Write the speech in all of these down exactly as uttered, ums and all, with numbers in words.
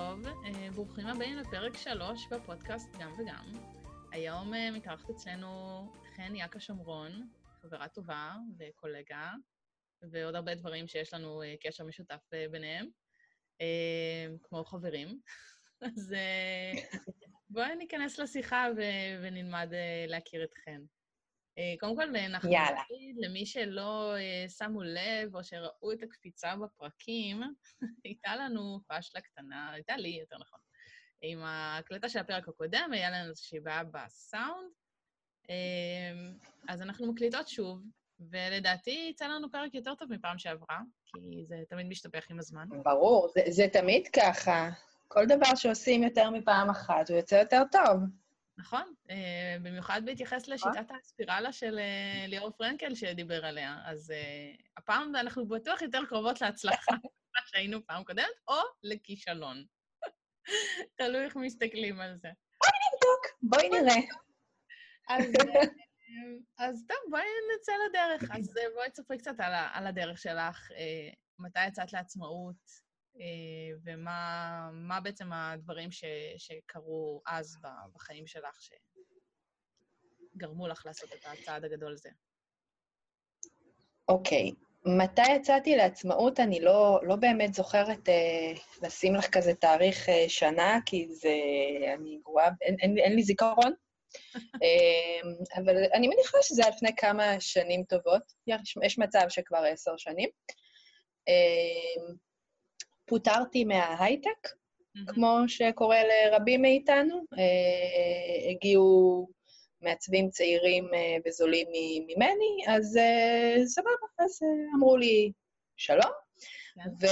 טוב, ברוכים הבאים לפרק שלוש בפודקאסט גם וגם. היום מתארחת אצלנו חן יעקה שומרון, חברה טובה וקולגה, ועוד הרבה דברים שיש לנו קשר משותף ביניהם, כמו חברים. אז בואי ניכנס לשיחה ונלמד להכיר את חן. קודם כל, אנחנו נגיד למי שלא שמו לב או שראו את הקפיצה בפרקים, הייתה לנו פשלה קטנה, הייתה לי יותר נכון. עם ההקלטה של הפרק הקודם, היה לנו איזושהי בעיה בסאונד, אז אנחנו מקליטות שוב, ולדעתי יצא לנו פרק יותר טוב מפעם שעברה, כי זה תמיד משתפך עם הזמן. ברור, זה, זה תמיד ככה. כל דבר שעושים יותר מפעם אחת, הוא יוצא יותר טוב. נכון, במיוחד בהתייחס לשיטת הספירלה של ליאור פרנקל שדיבר עליה, אז הפעם אנחנו בטוח יותר קרובות להצלחה מה שהיינו פעם קודמת, או לכישלון. תלוי איך מסתכלים על זה. בואי נבדוק, בואי נראה. אז, אז טוב, בואי נצא לדרך. אז בואי תספרי קצת על, על הדרך שלך, מתי יצאת לעצמאות, ומה מה בעצם הדברים ש, שקרו אז בחיים שלך, שגרמו לך לעשות את הצעד הגדול הזה. אוקיי, מתי יצאתי לעצמאות? אני לא, לא באמת זוכרת אה, לשים לך כזה תאריך אה, שנה, כי זה, אני גרועה, אין, אין, אין לי זיכרון. אה, אבל אני מניחה שזה היה לפני כמה שנים טובות. יש, יש מצב שכבר עשר שנים. אה, פוטרתי מההייטק, mm-hmm. כמו שקורה לרבים מאיתנו. אה, הגיעו מעצבים צעירים אה, וזולים ממני, אז אה, סבבה, אז אה, אמרו לי שלום. Yeah. ו...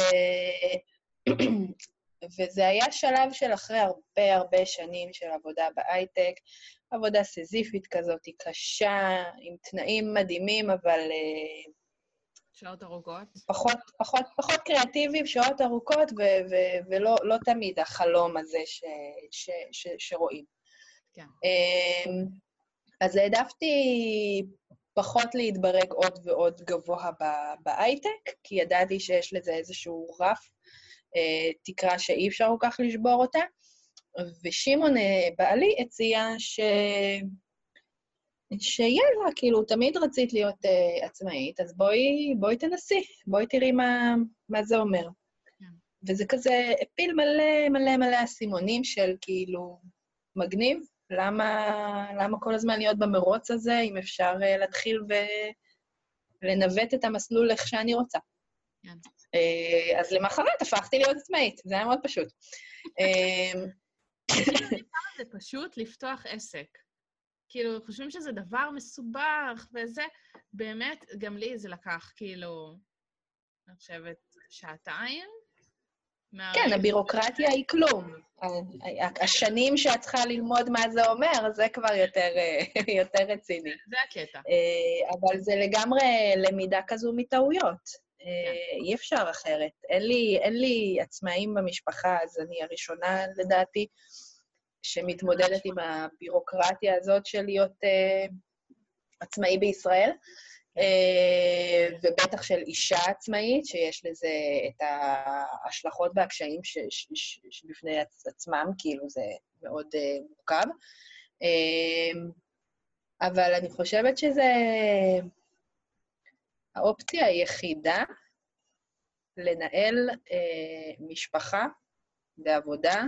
וזה היה שלב של אחרי הרבה הרבה שנים של עבודה בהייטק, עבודה סזיפית כזאת, היא קשה, עם תנאים מדהימים, אבל... אה, שעות ארוכות. פחות, פחות, פחות קריאטיביים, שעות ארוכות, ו- ו- ולא לא תמיד החלום הזה ש- ש- ש- שרואים. כן. אז העדפתי פחות להתברג עוד ועוד גבוה בהייטק, כי ידעתי שיש לזה איזשהו רף, תקרה שאי אפשר כל כך לשבור אותה, ושימון בעלי הציע ש... שיאללה, כאילו, תמיד רצית להיות uh, עצמאית, אז בואי, בואי תנסי, בואי תראי מה, מה זה אומר. Yeah. וזה כזה הפיל מלא מלא מלא הסימונים של כאילו מגניב, למה, למה כל הזמן להיות במרוץ הזה, אם אפשר uh, להתחיל ולנווט את המסלול איך שאני רוצה. Yeah. Uh, אז למחרת הפכתי להיות עצמאית, זה היה מאוד פשוט. זה פשוט לפתוח עסק. כאילו, חושבים שזה דבר מסובך, וזה, באמת, גם לי זה לקח, כאילו, אני חושבת, שעתיים. כן, הבירוקרטיה היא כלום. השנים שאת צריכה ללמוד מה זה אומר, זה כבר יותר, יותר רציני. זה הקטע. אבל זה לגמרי למידה כזו מטעויות. אי אפשר אחרת. אין לי, אין לי עצמאים במשפחה, אז אני הראשונה, לדעתי, שמתמודדת עם הבירוקרטיה הזאת של להיות uh, עצמאי בישראל, uh, ובטח של אישה עצמאית, שיש לזה את ההשלכות והקשיים ש- ש- ש- שבפני עצמם, כאילו זה מאוד uh, מורכב. Uh, אבל אני חושבת שזה האופציה היחידה לנהל uh, משפחה בעבודה,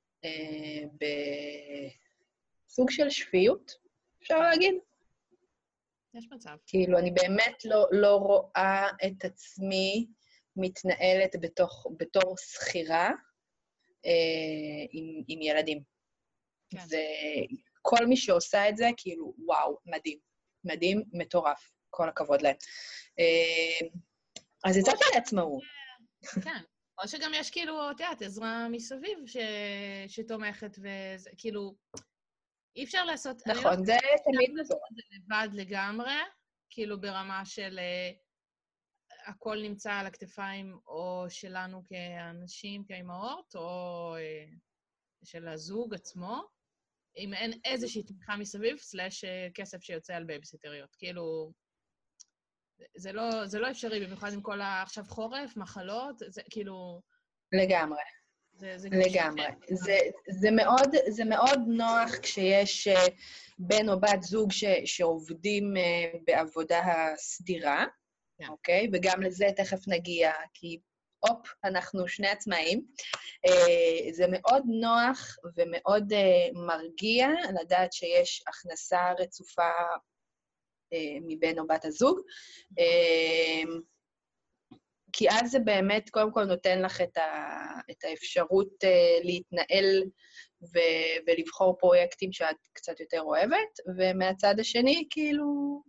בסוג של שפיות, אפשר להגיד. יש מצב. כאילו, אני באמת לא, לא רואה את עצמי מתנהלת בתוך, בתור שכירה אה, עם, עם ילדים. כן. וכל מי שעושה את זה, כאילו, וואו, מדהים. מדהים, מטורף. כל הכבוד להם. אה, אז יצאתי לעצמאות. כן. או שגם יש כאילו, את יודעת, עזרה מסביב ש... שתומכת וזה, כאילו, אי אפשר לעשות... נכון, לא זה תמיד נכון. זה לבד לגמרי, כאילו ברמה של uh, הכל נמצא על הכתפיים, או שלנו כאנשים, כאימהות, או uh, של הזוג עצמו, אם אין איזושהי תמיכה מסביב, סלש כסף שיוצא על בייביסיטריות. כאילו, זה לא, זה לא אפשרי, במיוחד עם כל עכשיו חורף, מחלות, זה כאילו... לגמרי. זה, זה לגמרי. זה, זה מאוד, זה מאוד נוח כשיש אה, בן או בת זוג ש, שעובדים אה, בעבודה הסדירה, כן. אוקיי? וגם לזה תכף נגיע, כי הופ, אנחנו שני עצמאים. אה, זה מאוד נוח ומאוד אה, מרגיע לדעת שיש הכנסה רצופה אה, מבן או בת הזוג. אה, כי אז זה באמת, קודם כל, נותן לך את, ה, את האפשרות uh, להתנהל ו- ולבחור פרויקטים שאת קצת יותר אוהבת, ומהצד השני, כאילו,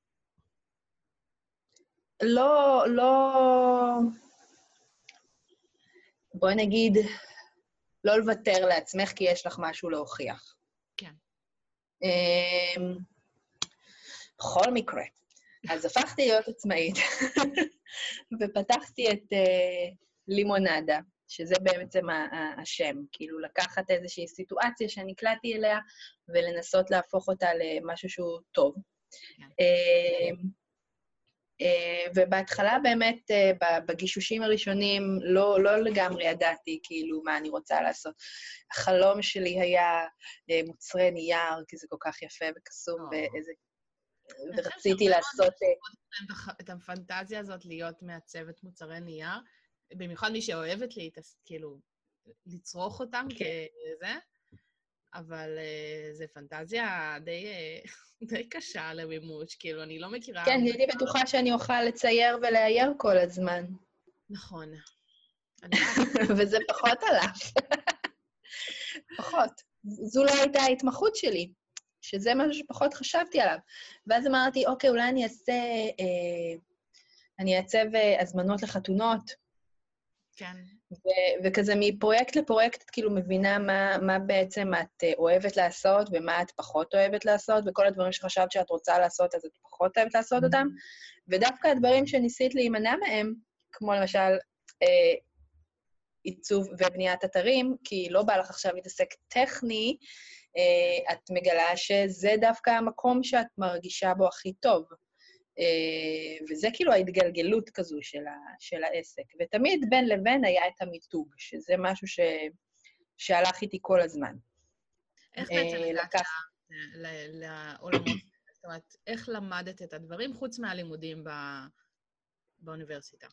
לא, לא, בואי נגיד, לא לוותר לעצמך, כי יש לך משהו להוכיח. כן. Um, בכל מקרה, אז הפכתי להיות עצמאית, ופתחתי את uh, לימונדה, שזה בעצם השם, כאילו לקחת איזושהי סיטואציה שנקלעתי אליה, ולנסות להפוך אותה למשהו שהוא טוב. ובהתחלה באמת, בגישושים הראשונים, לא, לא לגמרי ידעתי כאילו מה אני רוצה לעשות. החלום שלי היה מוצרי נייר, כי זה כל כך יפה וקסום, ואיזה... ורציתי לעשות... את הפנטזיה הזאת להיות מעצבת מוצרי נייר, במיוחד מי שאוהבת לי, כאילו, לצרוך אותם כזה, אבל זו פנטזיה די, די קשה למימוש, כאילו, אני לא מכירה... כן, הייתי בטוחה שאני אוכל לצייר ולאייר כל הזמן. נכון. וזה פחות הלך. פחות. זו לא הייתה ההתמחות שלי, שזה משהו שפחות חשבתי עליו. ואז אמרתי, אוקיי, אולי אני אעשה... אה, אני אעצב אה, הזמנות לחתונות, כן. ו- וכזה מפרויקט לפרויקט, את כאילו מבינה מה, מה בעצם את אוהבת לעשות, ומה את פחות אוהבת לעשות, וכל הדברים שחשבת שאת רוצה לעשות, אז את פחות אוהבת לעשות אותם. ודווקא הדברים שניסית להימנע מהם, כמו למשל אה, עיצוב ובניית אתרים, כי לא בא לך עכשיו להתעסק טכני, אה, את מגלה שזה דווקא המקום שאת מרגישה בו הכי טוב. Uh, וזה כאילו ההתגלגלות כזו של, ה, של העסק. ותמיד בין לבין היה את המיתוג, שזה משהו ש, שהלך איתי כל הזמן. איך בעצם uh, הגעת לקח... לעולמות? זאת אומרת, איך למדת את הדברים חוץ מהלימודים בא... באוניברסיטה?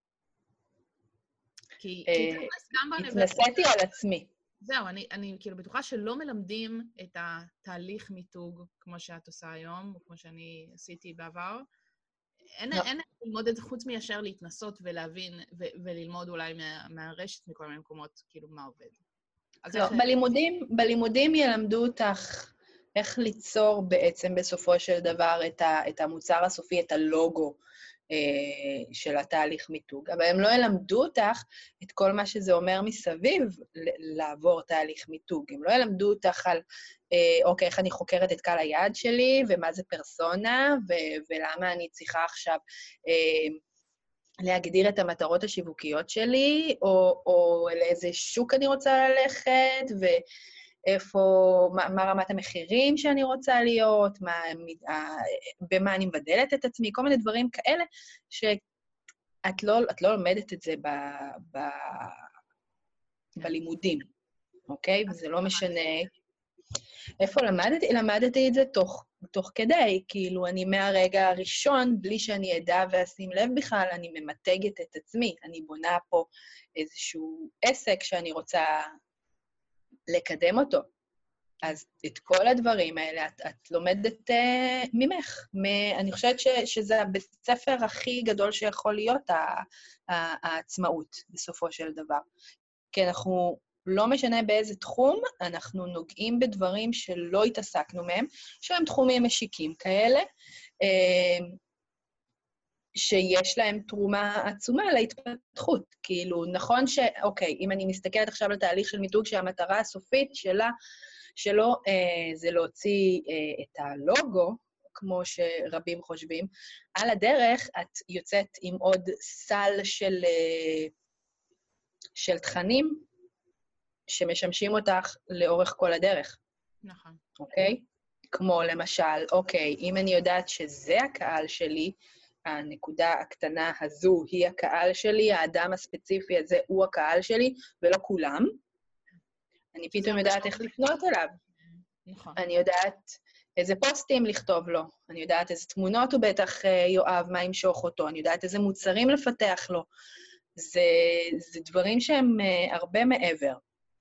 כי, uh, כי גם באוניברסיטה... התנסיתי על עצמי. זהו, אני, אני כאילו בטוחה שלא מלמדים את התהליך מיתוג כמו שאת עושה היום, או כמו שאני עשיתי בעבר. אין, no. אין ללמוד את זה חוץ מיישר להתנסות ולהבין, ו- וללמוד אולי מה, מהרשת מכל מיני מקומות, כאילו, מה עובד. לא, איך... בלימודים, בלימודים ילמדו אותך איך ליצור בעצם בסופו של דבר את, ה, את המוצר הסופי, את הלוגו אה, של התהליך מיתוג, אבל הם לא ילמדו אותך את כל מה שזה אומר מסביב לעבור תהליך מיתוג. הם לא ילמדו אותך על, אה, אוקיי, איך אני חוקרת את קהל היעד שלי, ומה זה פרסונה, ו- ולמה אני צריכה עכשיו... אה, להגדיר את המטרות השיווקיות שלי, או, או לאיזה שוק אני רוצה ללכת, ואיפה, מה, מה רמת המחירים שאני רוצה להיות, מה, במה אני מבדלת את עצמי, כל מיני דברים כאלה, שאת לא, את לא לומדת את זה ב, ב, בלימודים, אוקיי? וזה לא משנה... איפה למדתי? למדתי את זה תוך, תוך כדי, כאילו אני מהרגע הראשון, בלי שאני אדע ואשים לב בכלל, אני ממתגת את עצמי, אני בונה פה איזשהו עסק שאני רוצה לקדם אותו. אז את כל הדברים האלה את, את לומדת uh, ממך. מ- אני חושבת ש, שזה הבית ספר הכי גדול שיכול להיות, העצמאות בסופו של דבר. כי אנחנו... לא משנה באיזה תחום, אנחנו נוגעים בדברים שלא התעסקנו מהם, שהם תחומים משיקים כאלה, שיש להם תרומה עצומה להתפתחות. כאילו, נכון ש... אוקיי, אם אני מסתכלת עכשיו על תהליך של מיתוג, שהמטרה הסופית שלה, שלו זה להוציא את הלוגו, כמו שרבים חושבים, על הדרך את יוצאת עם עוד סל של, של תכנים, שמשמשים אותך לאורך כל הדרך. נכון. אוקיי? כמו למשל, אוקיי, אם אני יודעת שזה הקהל שלי, הנקודה הקטנה הזו היא הקהל שלי, האדם הספציפי הזה הוא הקהל שלי, ולא כולם. אני פתאום יודעת איך לפנות אליו. נכון. אני יודעת איזה פוסטים לכתוב לו, אני יודעת איזה תמונות הוא בטח יואב, מה ימשוך אותו, אני יודעת איזה מוצרים לפתח לו. זה, זה דברים שהם הרבה מעבר.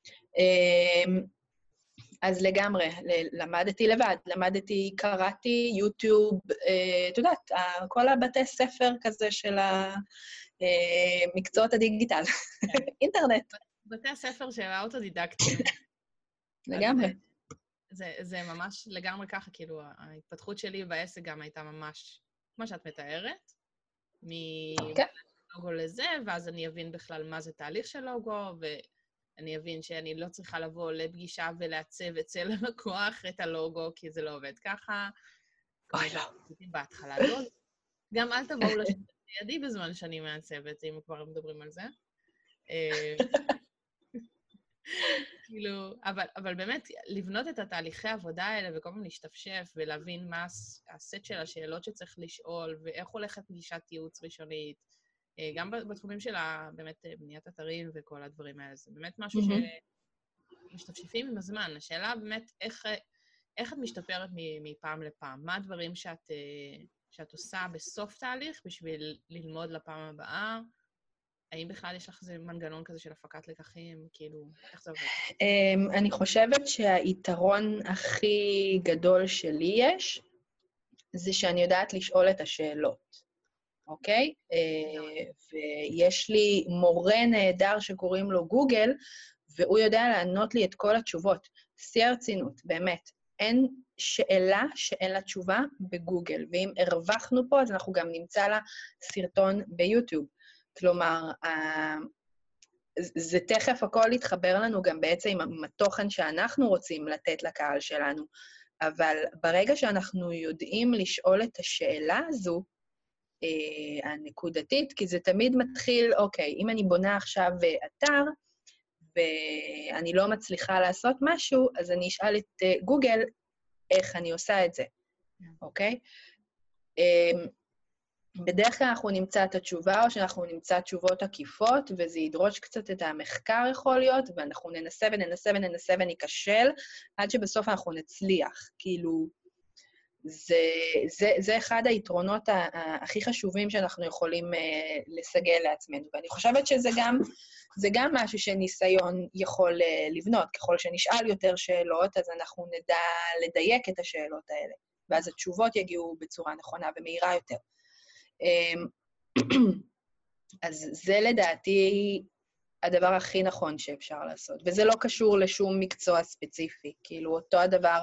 אז לגמרי, למדתי לבד, למדתי, קראתי, יוטיוב, את יודעת, כל הבתי ספר כזה של המקצועות הדיגיטל, אינטרנט. בתי הספר של האוטודידקטים. לגמרי. זה, זה ממש לגמרי ככה, כאילו, ההתפתחות שלי בעסק גם הייתה ממש, כמו שאת מתארת, מלוגו לזה, ואז אני אבין בכלל מה זה תהליך של לוגו, ואני אבין שאני לא צריכה לבוא לפגישה ולעצב אצל הלקוח את הלוגו, כי זה לא עובד ככה. אוי לא. בהתחלה לא. גם אל תבואו לשבת לידי בזמן שאני מעצבת, אם כבר מדברים על זה. כאילו, אבל, אבל באמת, לבנות את התהליכי העבודה האלה וכל פעם להשתפשף ולהבין מה הסט של השאלות שצריך לשאול ואיך הולכת פגישת ייעוץ ראשונית, גם בתחומים של באמת בניית אתרים וכל הדברים האלה. זה באמת משהו שמשתפשפים עם הזמן. השאלה באמת, איך, איך את משתפרת מפעם לפעם? מה הדברים שאת, שאת עושה בסוף תהליך בשביל ללמוד לפעם הבאה? האם בכלל יש לך איזה מנגנון כזה של הפקת לקחים? כאילו, איך זה עובד? אני חושבת שהיתרון הכי גדול שלי יש, זה שאני יודעת לשאול את השאלות, אוקיי? ויש לי מורה נהדר שקוראים לו גוגל, והוא יודע לענות לי את כל התשובות. שיא הרצינות, באמת. אין שאלה שאין לה תשובה בגוגל, ואם הרווחנו פה, אז אנחנו גם נמצא לה סרטון ביוטיוב. כלומר, זה תכף הכל יתחבר לנו גם בעצם עם התוכן שאנחנו רוצים לתת לקהל שלנו, אבל ברגע שאנחנו יודעים לשאול את השאלה הזו, הנקודתית, כי זה תמיד מתחיל, אוקיי, אם אני בונה עכשיו אתר, ואני לא מצליחה לעשות משהו, אז אני אשאל את גוגל איך אני עושה את זה, אוקיי? בדרך כלל אנחנו נמצא את התשובה, או שאנחנו נמצא תשובות עקיפות, וזה ידרוש קצת את המחקר יכול להיות, ואנחנו ננסה וננסה וננסה ונכשל, עד שבסוף אנחנו נצליח. כאילו, זה, זה, זה אחד היתרונות הכי חשובים שאנחנו יכולים לסגל לעצמנו, ואני חושבת שזה גם, זה גם משהו שניסיון יכול לבנות. ככל שנשאל יותר שאלות, אז אנחנו נדע לדייק את השאלות האלה, ואז התשובות יגיעו בצורה נכונה ומהירה יותר. אז זה לדעתי הדבר הכי נכון שאפשר לעשות, וזה לא קשור לשום מקצוע ספציפי, כאילו אותו הדבר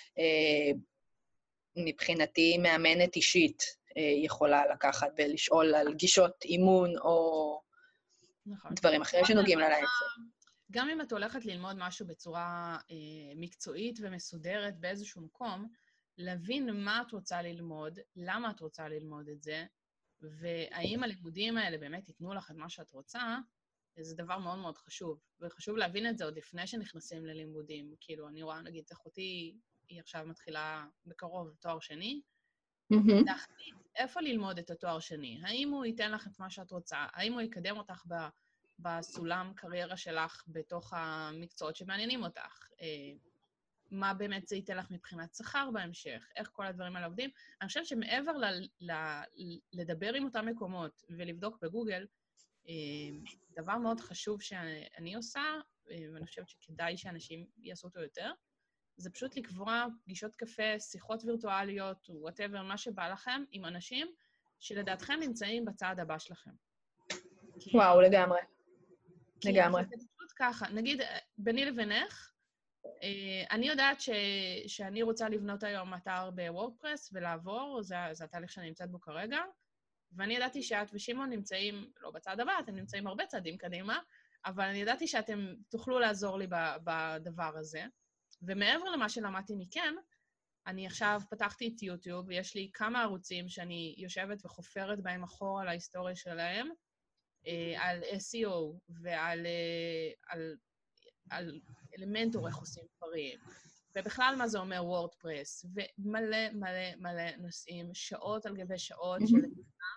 מבחינתי מאמנת אישית יכולה לקחת ולשאול על גישות אימון או דברים אחרים שנוגעים לה לעצם. גם אם את הולכת ללמוד משהו בצורה מקצועית ומסודרת באיזשהו מקום, להבין מה את רוצה ללמוד, למה את רוצה ללמוד את זה, והאם הלימודים האלה באמת ייתנו לך את מה שאת רוצה, זה דבר מאוד מאוד חשוב. וחשוב להבין את זה עוד לפני שנכנסים ללימודים. כאילו, אני רואה, נגיד, אחותי, היא עכשיו מתחילה בקרוב תואר שני, להחליט איפה ללמוד את התואר שני. האם הוא ייתן לך את מה שאת רוצה? האם הוא יקדם אותך בסולם קריירה שלך בתוך המקצועות שמעניינים אותך? מה באמת זה ייתן לך מבחינת שכר בהמשך, איך כל הדברים האלה עובדים. אני חושבת שמעבר ל- ל- לדבר עם אותם מקומות ולבדוק בגוגל, דבר מאוד חשוב שאני עושה, ואני חושבת שכדאי שאנשים יעשו אותו יותר, זה פשוט לקבוע פגישות קפה, שיחות וירטואליות, whatever, מה שבא לכם, עם אנשים שלדעתכם נמצאים בצעד הבא שלכם. וואו, לגמרי. כי לגמרי. זה פשוט ככה. נגיד, ביני לבינך, אני יודעת ש, שאני רוצה לבנות היום אתר בוורדפרס ולעבור, זה, זה התהליך שאני נמצאת בו כרגע, ואני ידעתי שאת ושמעון נמצאים, לא בצד הבא, אתם נמצאים הרבה צעדים קדימה, אבל אני ידעתי שאתם תוכלו לעזור לי בדבר הזה, ומעבר למה שלמדתי מכם, אני עכשיו פתחתי את יוטיוב, ויש לי כמה ערוצים שאני יושבת וחופרת בהם אחורה על ההיסטוריה שלהם, על אס אי או ועל על, על אלמנטור איך עושים דברים, ובכלל מה זה אומר וורדפרס, ומלא מלא מלא נושאים, שעות על גבי שעות של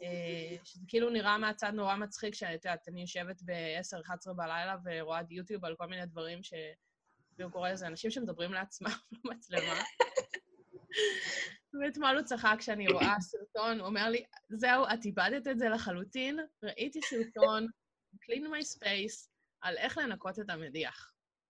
שזה כאילו נראה מהצד נורא מצחיק, שאת יודעת, אני יושבת ב-עשר אחת עשרה בלילה ורואה יוטיוב על כל מיני דברים ש... והוא קורא לזה אנשים שמדברים לעצמם במצלמה. ואתמול הוא צחק כשאני רואה סרטון, הוא אומר לי, זהו, את איבדת את זה לחלוטין, ראיתי סרטון, clean my space, על איך לנקות את המדיח.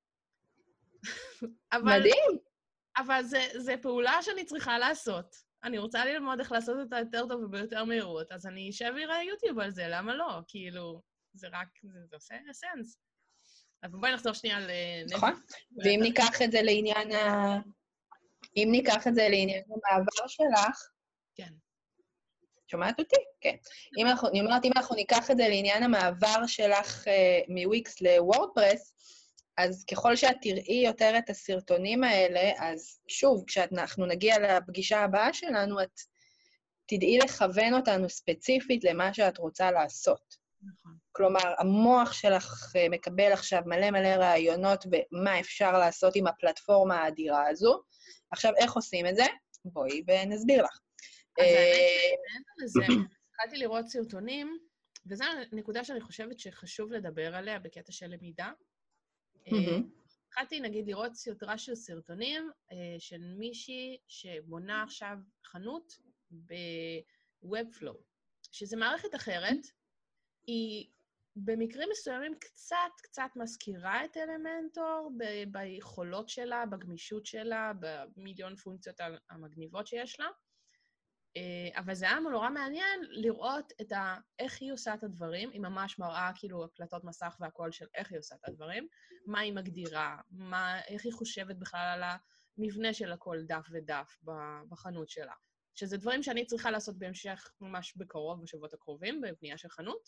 אבל, מדהים. אבל זה, זה פעולה שאני צריכה לעשות. אני רוצה ללמוד איך לעשות אותה יותר טוב וביותר מהירות, אז אני אשב ויראה יוטיוב על זה, למה לא? כאילו, זה רק, זה, זה עושה סנס. אבל בואי נחזור שנייה על... נכון. ואם ניקח את זה לעניין ה... אם ניקח את זה לעניין המעבר שלך... כן. שומעת אותי? כן. אם אנחנו, אני אומרת, אם אנחנו ניקח את זה לעניין המעבר שלך uh, מוויקס לוורדפרס, אז ככל שאת תראי יותר את הסרטונים האלה, אז שוב, כשאנחנו נגיע לפגישה הבאה שלנו, את תדעי לכוון אותנו ספציפית למה שאת רוצה לעשות. נכון. כלומר, המוח שלך מקבל עכשיו מלא מלא רעיונות במה אפשר לעשות עם הפלטפורמה האדירה הזו. עכשיו, איך עושים את זה? בואי ונסביר לך. אז האמת שמעבר לזה, התחלתי לראות סרטונים, וזו הנקודה שאני חושבת שחשוב לדבר עליה בקטע של למידה. התחלתי, נגיד, לראות סרטרה של סרטונים של מישהי שבונה עכשיו חנות ב-Webflow, שזו מערכת אחרת, היא במקרים מסוימים קצת, קצת מזכירה את אלמנטור ב- ביכולות שלה, בגמישות שלה, במיליון פונקציות המגניבות שיש לה. אבל זה היה נורא מעניין לראות את ה... איך היא עושה את הדברים, היא ממש מראה כאילו הקלטות מסך והכל של איך היא עושה את הדברים, מה היא מגדירה, מה, איך היא חושבת בכלל על המבנה של הכל דף ודף בחנות שלה. שזה דברים שאני צריכה לעשות בהמשך ממש בקרוב, בשבועות הקרובים, בבנייה של חנות,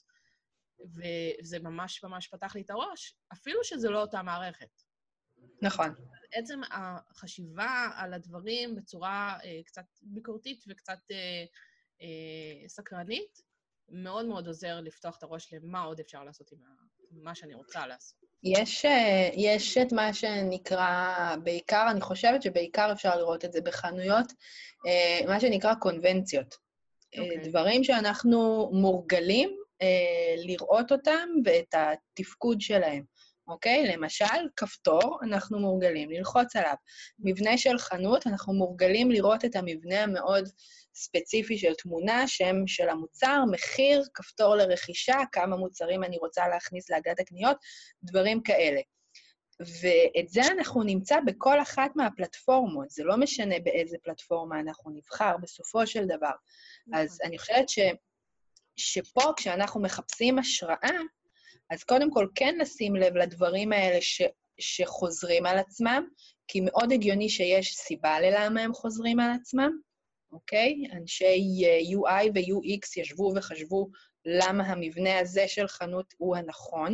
וזה ממש ממש פתח לי את הראש, אפילו שזה לא אותה מערכת. נכון. בעצם החשיבה על הדברים בצורה אה, קצת ביקורתית וקצת אה, אה, סקרנית, מאוד מאוד עוזר לפתוח את הראש למה עוד אפשר לעשות עם מה שאני רוצה לעשות. יש, יש את מה שנקרא, בעיקר, אני חושבת שבעיקר אפשר לראות את זה בחנויות, מה שנקרא קונבנציות. Okay. דברים שאנחנו מורגלים לראות אותם ואת התפקוד שלהם. אוקיי? למשל, כפתור, אנחנו מורגלים ללחוץ עליו. מבנה של חנות, אנחנו מורגלים לראות את המבנה המאוד ספציפי של תמונה, שם של המוצר, מחיר, כפתור לרכישה, כמה מוצרים אני רוצה להכניס להגעת הקניות, דברים כאלה. ואת זה אנחנו נמצא בכל אחת מהפלטפורמות, זה לא משנה באיזה פלטפורמה אנחנו נבחר בסופו של דבר. אז אני חושבת ש, שפה, כשאנחנו מחפשים השראה, אז קודם כל כן לשים לב לדברים האלה ש, שחוזרים על עצמם, כי מאוד הגיוני שיש סיבה ללמה הם חוזרים על עצמם, אוקיי? אנשי יו איי ו-יו אקס ישבו וחשבו למה המבנה הזה של חנות הוא הנכון,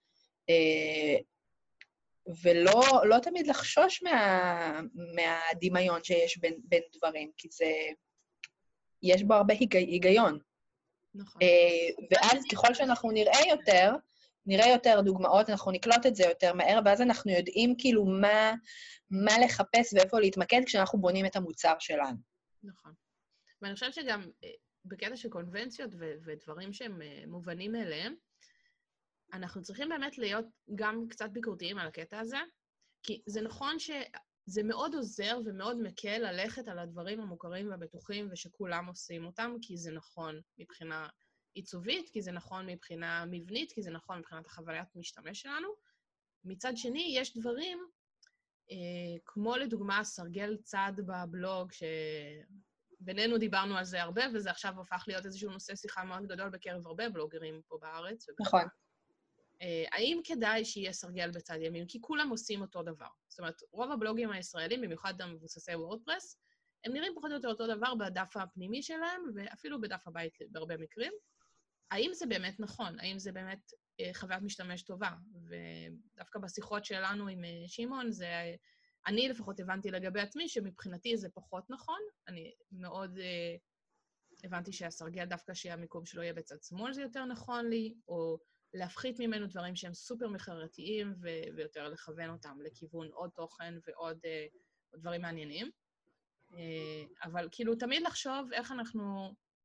ולא לא תמיד לחשוש מה, מהדמיון שיש בין, בין דברים, כי זה, יש בו הרבה היגיון. נכון. ואז ככל שאנחנו נראה יותר, נראה יותר דוגמאות, אנחנו נקלוט את זה יותר מהר, ואז אנחנו יודעים כאילו מה, מה לחפש ואיפה להתמקד כשאנחנו בונים את המוצר שלנו. נכון. ואני חושבת שגם בקטע של קונבנציות ו- ודברים שהם מובנים אליהם, אנחנו צריכים באמת להיות גם קצת ביקורתיים על הקטע הזה, כי זה נכון שזה מאוד עוזר ומאוד מקל ללכת על הדברים המוכרים והבטוחים ושכולם עושים אותם, כי זה נכון מבחינה עיצובית, כי זה נכון מבחינה מבנית, כי זה נכון מבחינת החוויית משתמש שלנו. מצד שני, יש דברים, אה, כמו לדוגמה סרגל צד בבלוג, שבינינו דיברנו על זה הרבה, וזה עכשיו הופך להיות איזשהו נושא שיחה מאוד גדול בקרב הרבה בלוגרים פה בארץ. נכון. אה, האם כדאי שיהיה סרגל בצד ימין? כי כולם עושים אותו דבר. זאת אומרת, רוב הבלוגים הישראלים, במיוחד המבוססי וורדפרס, הם נראים פחות או יותר אותו דבר בדף הפנימי שלהם, ואפילו בדף הבית בהרבה מקרים. האם זה באמת נכון? האם זה באמת אה, חוויית משתמש טובה? ודווקא בשיחות שלנו עם אה, שימון, זה, אני לפחות הבנתי לגבי עצמי שמבחינתי זה פחות נכון. אני מאוד אה, הבנתי שהסרגל דווקא שהמיקום שלו יהיה בצד שמאל זה יותר נכון לי, או להפחית ממנו דברים שהם סופר מחרתיים ו- ויותר לכוון אותם לכיוון עוד תוכן ועוד אה, דברים מעניינים. אה, אבל כאילו תמיד לחשוב איך אנחנו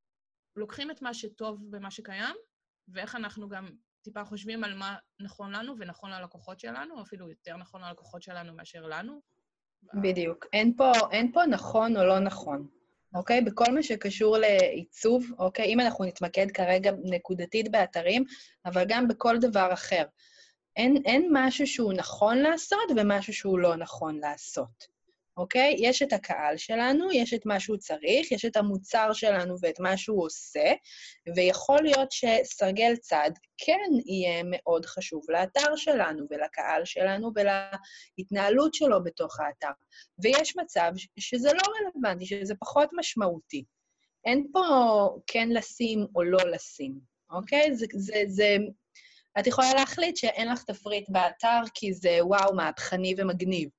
לוקחים את מה שטוב במה שקיים, ואיך אנחנו גם טיפה חושבים על מה נכון לנו ונכון ללקוחות שלנו, אפילו יותר נכון ללקוחות שלנו מאשר לנו. בדיוק. אין פה, אין פה נכון או לא נכון, אוקיי? בכל מה שקשור לעיצוב, אוקיי? אם אנחנו נתמקד כרגע נקודתית באתרים, אבל גם בכל דבר אחר. אין, אין משהו שהוא נכון לעשות ומשהו שהוא לא נכון לעשות. אוקיי? יש את הקהל שלנו, יש את מה שהוא צריך, יש את המוצר שלנו ואת מה שהוא עושה, ויכול להיות שסרגל צד כן יהיה מאוד חשוב לאתר שלנו ולקהל שלנו ולהתנהלות שלו בתוך האתר. ויש מצב שזה לא רלוונטי, שזה פחות משמעותי. אין פה כן לשים או לא לשים, אוקיי? זה, זה, זה... את יכולה להחליט שאין לך תפריט באתר כי זה וואו, מהפכני ומגניב.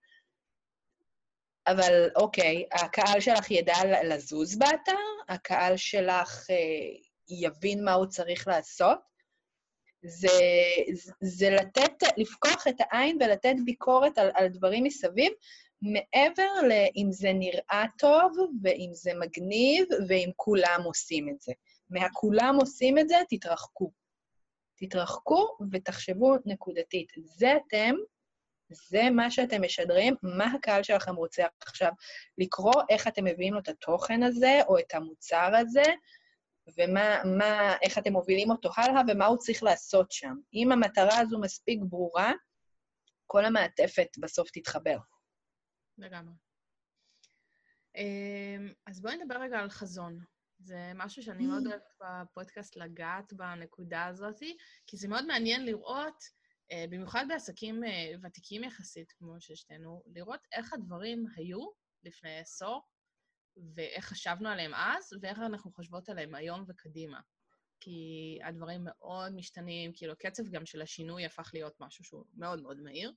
אבל אוקיי, הקהל שלך ידע לזוז באתר, הקהל שלך אה, יבין מה הוא צריך לעשות, זה, זה, זה לתת, לפקוח את העין ולתת ביקורת על, על דברים מסביב, מעבר לאם זה נראה טוב, ואם זה מגניב, ואם כולם עושים את זה. מהכולם עושים את זה, תתרחקו. תתרחקו ותחשבו נקודתית. זה אתם, זה מה שאתם משדרים, מה הקהל שלכם רוצה עכשיו לקרוא, איך אתם מביאים לו את התוכן הזה, או את המוצר הזה, ומה, מה, איך אתם מובילים אותו הלאה, ומה הוא צריך לעשות שם. אם המטרה הזו מספיק ברורה, כל המעטפת בסוף תתחבר. לגמרי. אז בואי נדבר רגע על חזון. זה משהו שאני מאוד אוהבת בפודקאסט לגעת בנקודה הזאת, כי זה מאוד מעניין לראות, במיוחד בעסקים ותיקים יחסית, כמו ששתינו, לראות איך הדברים היו לפני עשור, ואיך חשבנו עליהם אז, ואיך אנחנו חושבות עליהם היום וקדימה. כי הדברים מאוד משתנים, כאילו הקצב גם של השינוי הפך להיות משהו שהוא מאוד מאוד מהיר.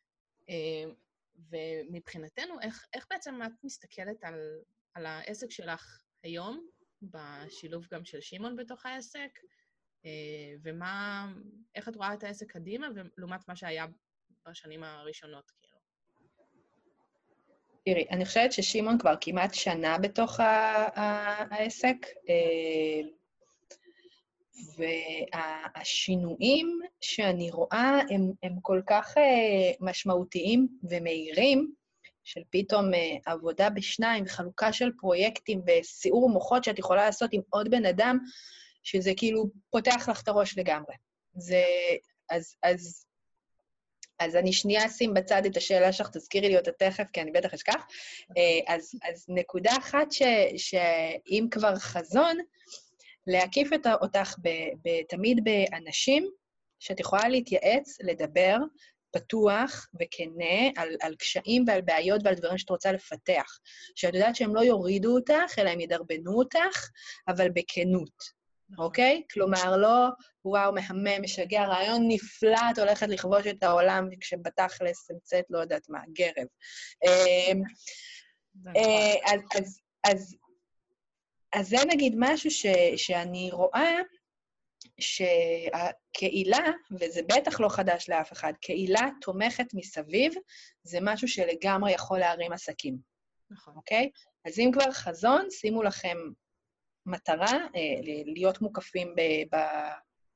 ומבחינתנו, איך, איך בעצם את מסתכלת על, על העסק שלך היום, בשילוב גם של שימון בתוך העסק, ומה, איך את רואה את העסק קדימה, ולעומת מה שהיה בשנים הראשונות, כאילו. תראי, אני חושבת ששימון כבר כמעט שנה בתוך העסק, והשינויים שאני רואה הם, הם כל כך משמעותיים ומהירים, של פתאום עבודה בשניים, חלוקה של פרויקטים וסיעור מוחות שאת יכולה לעשות עם עוד בן אדם, שזה כאילו פותח לך את הראש לגמרי. זה, אז, אז, אז אני שנייה אשים בצד את השאלה שלך, תזכירי לי אותה תכף, כי אני בטח אשכח. אז, אז נקודה אחת ש, שאם כבר חזון, להקיף אותך ב, ב, תמיד באנשים שאת יכולה להתייעץ, לדבר, פתוח וכנה על, על קשיים ועל בעיות ועל דברים שאת רוצה לפתח. שאת יודעת שהם לא יורידו אותך, אלא הם ידרבנו אותך, אבל בכנות. אוקיי? כלומר, לא, וואו, מהמם, משגע, רעיון נפלא, את הולכת לכבוש את העולם, כשבתכלס המצאת, לא יודעת מה, גרב. אז זה נגיד משהו שאני רואה, שהקהילה, וזה בטח לא חדש לאף אחד, קהילה תומכת מסביב, זה משהו שלגמרי יכול להרים עסקים. נכון. אוקיי? אז אם כבר חזון, שימו לכם מטרה להיות מוקפים ב- ב-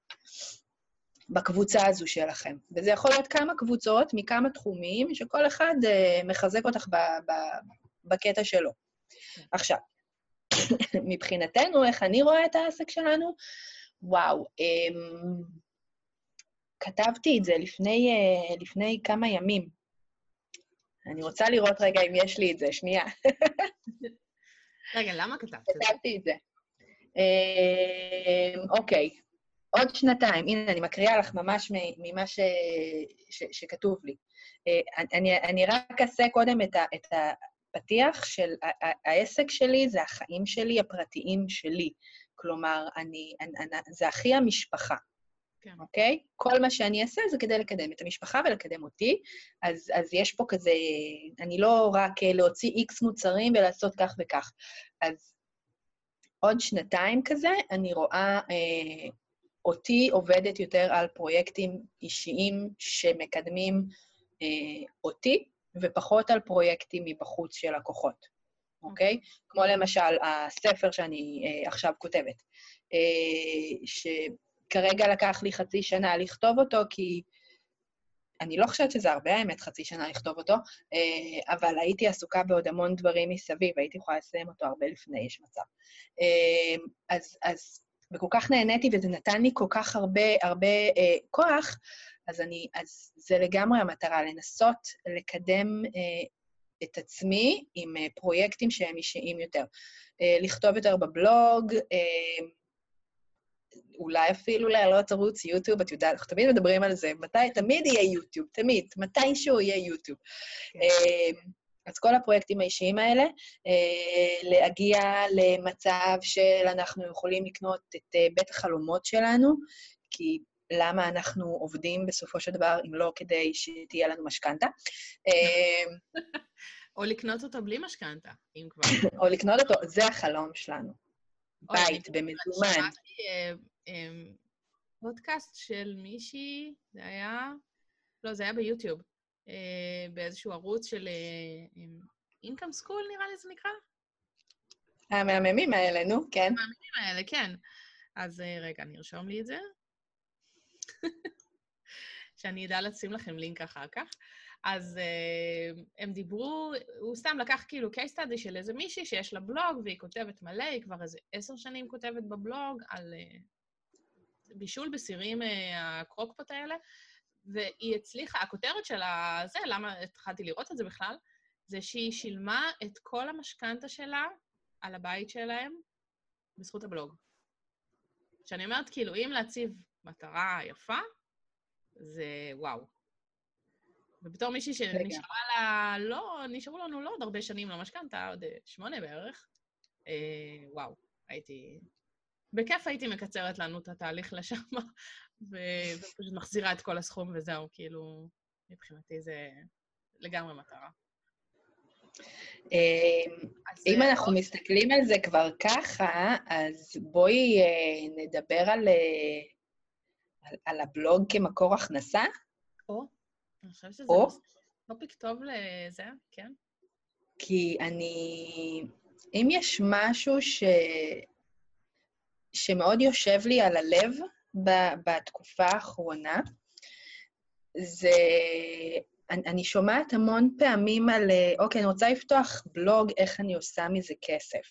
בקבוצה הזו שלכם. וזה יכול להיות כמה קבוצות מכמה תחומים, שכל אחד מחזק אותך ב- ב- בקטע שלו. עכשיו, מבחינתנו, איך אני רואה את העסק שלנו, וואו, אמ, כתבתי את זה לפני, לפני כמה ימים. אני רוצה לראות רגע אם יש לי את זה, שנייה. רגע, למה כתבת את זה? כתבתי את זה. אמ, אוקיי, עוד שנתיים, הנה, אני מקריאה לך ממש ממה ש, ש, שכתוב לי. אני, אני רק אעשה קודם את, ה, את הפתיח של העסק שלי, זה החיים שלי, הפרטיים שלי. כלומר, אני, אני, אני, זה הכי המשפחה, כן. אוקיי? כל מה שאני אעשה זה כדי לקדם את המשפחה ולקדם אותי, אז, אז יש פה כזה, אני לא רק להוציא איקס מוצרים ולעשות כך וכך. אז עוד שנתיים כזה, אני רואה אה, אותי עובדת יותר על פרויקטים אישיים שמקדמים אה, אותי, ופחות על פרויקטים מבחוץ של לקוחות. אוקיי? כמו למשל הספר שאני אה, עכשיו כותבת, אה, שכרגע לקח לי חצי שנה לכתוב אותו, כי אני לא חושבת שזה הרבה, האמת, חצי שנה לכתוב אותו, אה, אבל הייתי עסוקה בעוד המון דברים מסביב, והייתי יכולה לסיים אותו הרבה לפני, יש מצב. אה, אז, אז, וכל כך נהניתי, וזה נתן לי כל כך הרבה, הרבה אה, כוח, אז אני, אז זה לגמרי המטרה, לנסות לקדם אה, את עצמי עם אה, פרויקטים שהם אישיים יותר. אה, לכתוב יותר בבלוג, אה, אולי אפילו להעלות ערוץ יוטיוב, את יודעת, אנחנו תמיד מדברים על זה, מתי, תמיד יהיה יוטיוב, תמיד, מתישהו יהיה יוטיוב. כן. אז כל הפרויקטים האישיים האלה, להגיע למצב של אנחנו יכולים לקנות את בית החלומות שלנו, כי למה אנחנו עובדים בסופו של דבר, אם לא כדי שתהיה לנו משכנתה. או לקנות אותו בלי משכנתה, אם כבר. או לקנות אותו, זה החלום שלנו. בית במזומן. שמעתי פודקאסט של מישהי, זה היה, לא, זה היה ביוטיוב, באיזשהו ערוץ של אינקאם סקול, נראה לי זה נקרא? המאממים האלה, נו, כן. המאממים האלה, כן. אז רגע, נרשום לי את זה. שאני אדע לשים לכם לינק אחר כך. אז uh, הם דיברו, הוא סתם לקח כאילו case study של איזה מישהי שיש לה בלוג, והיא כותבת מלא, היא כבר איזה עשר שנים כותבת בבלוג על uh, בישול בסירים uh, הקרוקפוט האלה, והיא הצליחה, הכותרת של זה, למה התחלתי לראות את זה בכלל, זה שהיא שילמה את כל המשכנתה שלה על הבית שלהם בזכות הבלוג. שאני אומרת, כאילו, אם להציב מטרה יפה, זה וואו. ובתור מישהי שנשארה לה, לא, נשארו לנו לא עוד הרבה שנים למשכנתה, עוד שמונה בערך. אה, וואו, הייתי... בכיף הייתי מקצרת לנו את התהליך לשם, ופשוט מחזירה את כל הסכום וזהו, כאילו, מבחינתי זה לגמרי מטרה. אם אנחנו מסתכלים על זה כבר ככה, אז בואי נדבר על, על הבלוג כמקור הכנסה. או, אני חושבת שזה טופיק טוב לזה, כן? כי אני, אם יש משהו ש... שמאוד יושב לי על הלב בתקופה האחרונה, זה... אני, אני שומעת המון פעמים על, אוקיי, אני רוצה לפתוח בלוג, איך אני עושה מזה כסף.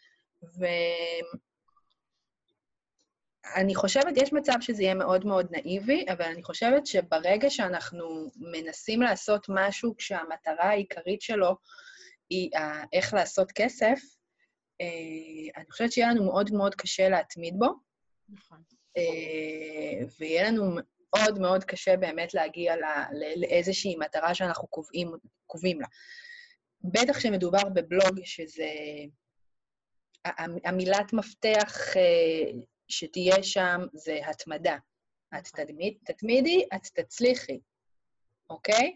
ואני חושבת, יש מצב שזה יהיה מאוד מאוד נאיבי, אבל אני חושבת שברגע שאנחנו מנסים לעשות משהו, כשהמטרה העיקרית שלו היא איך לעשות כסף, אני חושבת שיהיה לנו מאוד מאוד קשה להתמיד בו. נכון. ויהיה לנו מאוד מאוד קשה באמת להגיע לאיזושהי מטרה שאנחנו קובעים, קובעים לה. בטח שמדובר בבלוג שזה... המילת מפתח שתהיה שם זה התמדה. את תתמיד, תתמידי, את תצליחי, אוקיי?